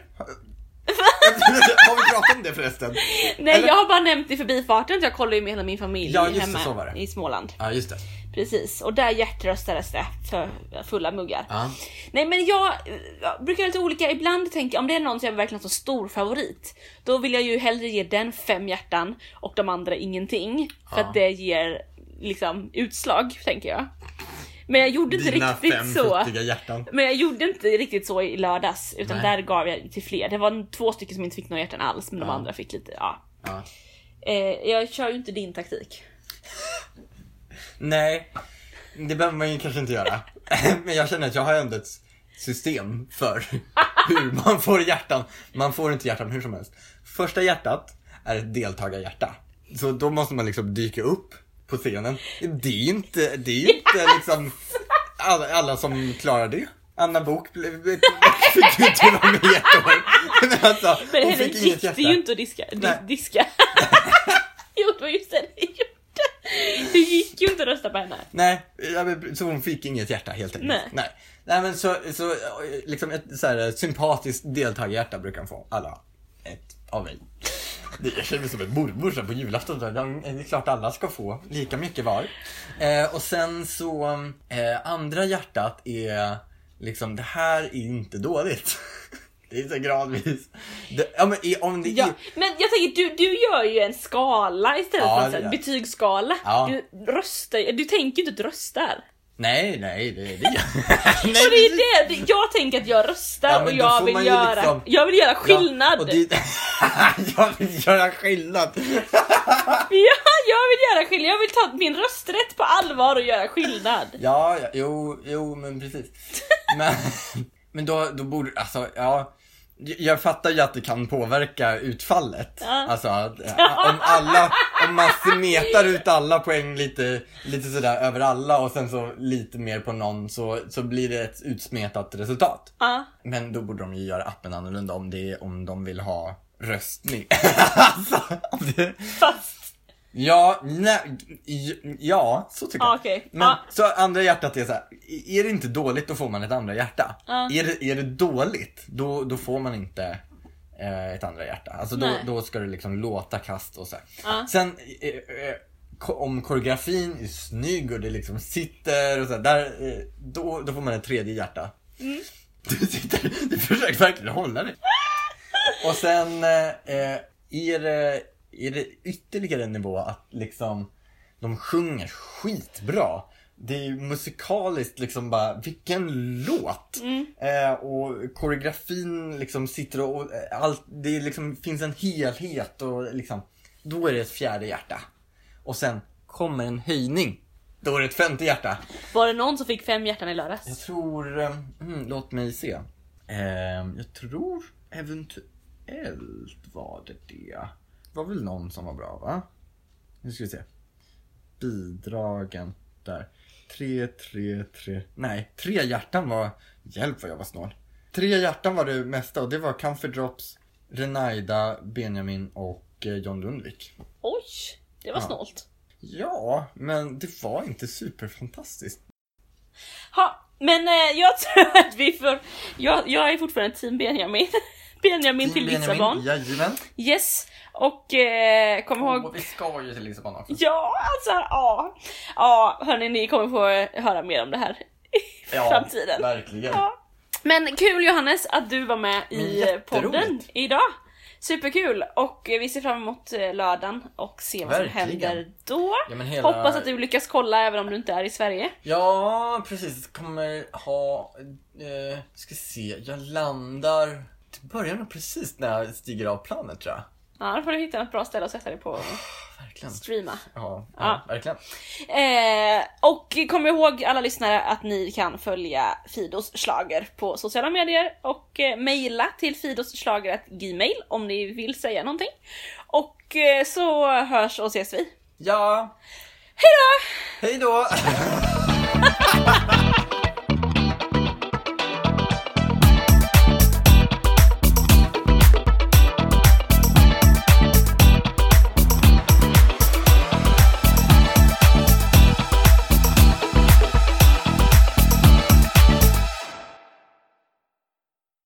Har vi pratat om det förresten? Nej, eller? Jag har bara nämnt i förbifarten att jag kollar ju med hela min familj hemma så var det. I Småland. Ja, just det. Precis, och där hjärtröstades det för fulla muggar. Ja. Nej men jag brukar lite olika. Ibland tänker om det är någon som jag verkligen så stor favorit, då vill jag ju hellre ge den 5 hjärtan och de andra ingenting. För att det ger liksom utslag, tänker jag. Men jag gjorde inte riktigt så. Men jag gjorde inte riktigt så i lördags. Utan där gav jag till fler. Det var 2 stycken som inte fick några hjärtan alls. Men de andra fick lite, jag kör ju inte din taktik. Nej, det behöver man ju kanske inte göra. Men jag känner att jag har ändå ett system för hur man får hjärtan. Man får inte hjärtan hur som helst. Första hjärtat är ett deltagarhjärta. Så då måste man liksom dyka upp på scenen. Det är inte liksom alla som klarar det. Anna Bok fick ju inte vara med i 1 år. Men alltså, men hon fick inget hjärta. Det gick ju inte att diska. Jo, det var just det. Det gick ju inte att rösta på henne. Nej, så hon fick inget hjärta helt enkelt. Nej, men så liksom ett så här sympatiskt deltagarhjärta brukar man få. Alla ett av mig. Det känns som en mormor på julafton. Det är klart alla ska få lika mycket var. Och sen så andra hjärtat är liksom, det här är inte dåligt. Det är så gradvis. Men jag tänker, du gör ju en skala istället för en betygsskala. Ja. Du tänker ju inte att du röstar. Nej, det gör Nej, så det är det. Jag tänker att jag röstar och jag vill göra skillnad. Jag vill göra skillnad. Jag vill göra skillnad. Jag vill ta min rösträtt på allvar och göra skillnad. Jo, men precis. Men då borde, alltså, jag fattar ju att det kan påverka utfallet. Alltså om man smetar ut alla poäng lite sådär över alla och sen så lite mer på någon så blir det ett utsmetat resultat. Men då borde de ju göra appen annorlunda om de vill ha röstning. Alltså, Fast ja, så tycker jag. Okay. Men så andra hjärtat är så här, är det inte dåligt då får man ett andra hjärta. Är det dåligt då får man inte ett andra hjärta. Alltså då ska det liksom låta kast och så här. Sen om koreografin är snygg och det liksom sitter och så där, då får man ett tredje hjärta. Du försöker verkligen hålla det. Och sen är det ytterligare en nivå att liksom de sjunger skitbra. Det är musikaliskt liksom bara, vilken låt. Och koreografin liksom sitter och allt, det liksom finns en helhet och liksom, då är det ett fjärde hjärta. Och sen kommer en höjning. Då är det ett femte hjärta. Var det någon som fick 5 hjärtan i lördags? Jag tror, låt mig se. Jag tror eventuellt var det. Det var väl någon som var bra, va? Nu ska vi se. Bidragen där. 3. Nej, 3 hjärtan var... Hjälp vad jag var snål. 3 hjärtan var det mesta och det var Comfort Drops, Renaida, Benjamin och John Lundvik. Oj, det var snålt. Ja, men det var inte superfantastiskt. Men jag tror att vi får... Jag är fortfarande team Benjamin. Benjamin till Lissabon. Jajamän. Yes. Och kom ihåg... Vi ska ju till Lissabon också. Ja, alltså, ja, hörni, ni kommer få höra mer om det här i framtiden. Verkligen. Ja. Men kul Johannes att du var med i podden idag. Superkul, och vi ser fram emot lördagen och se vad som händer då. Hoppas att du lyckas kolla även om du inte är i Sverige. Ja, precis. Jag kommer ha... ska se, jag landar... Det börjar nog precis när jag stiger av planet, tror jag. Ja, då får du hitta ett bra ställe och sätta dig på. Verkligen. Streama. Ja, verkligen. Och kom ihåg alla lyssnare att ni kan följa Fidos Schlager på sociala medier och mejla till fidosschlager@gmail om ni vill säga någonting. Och så hörs och ses vi. Ja. Hej då! Hej då!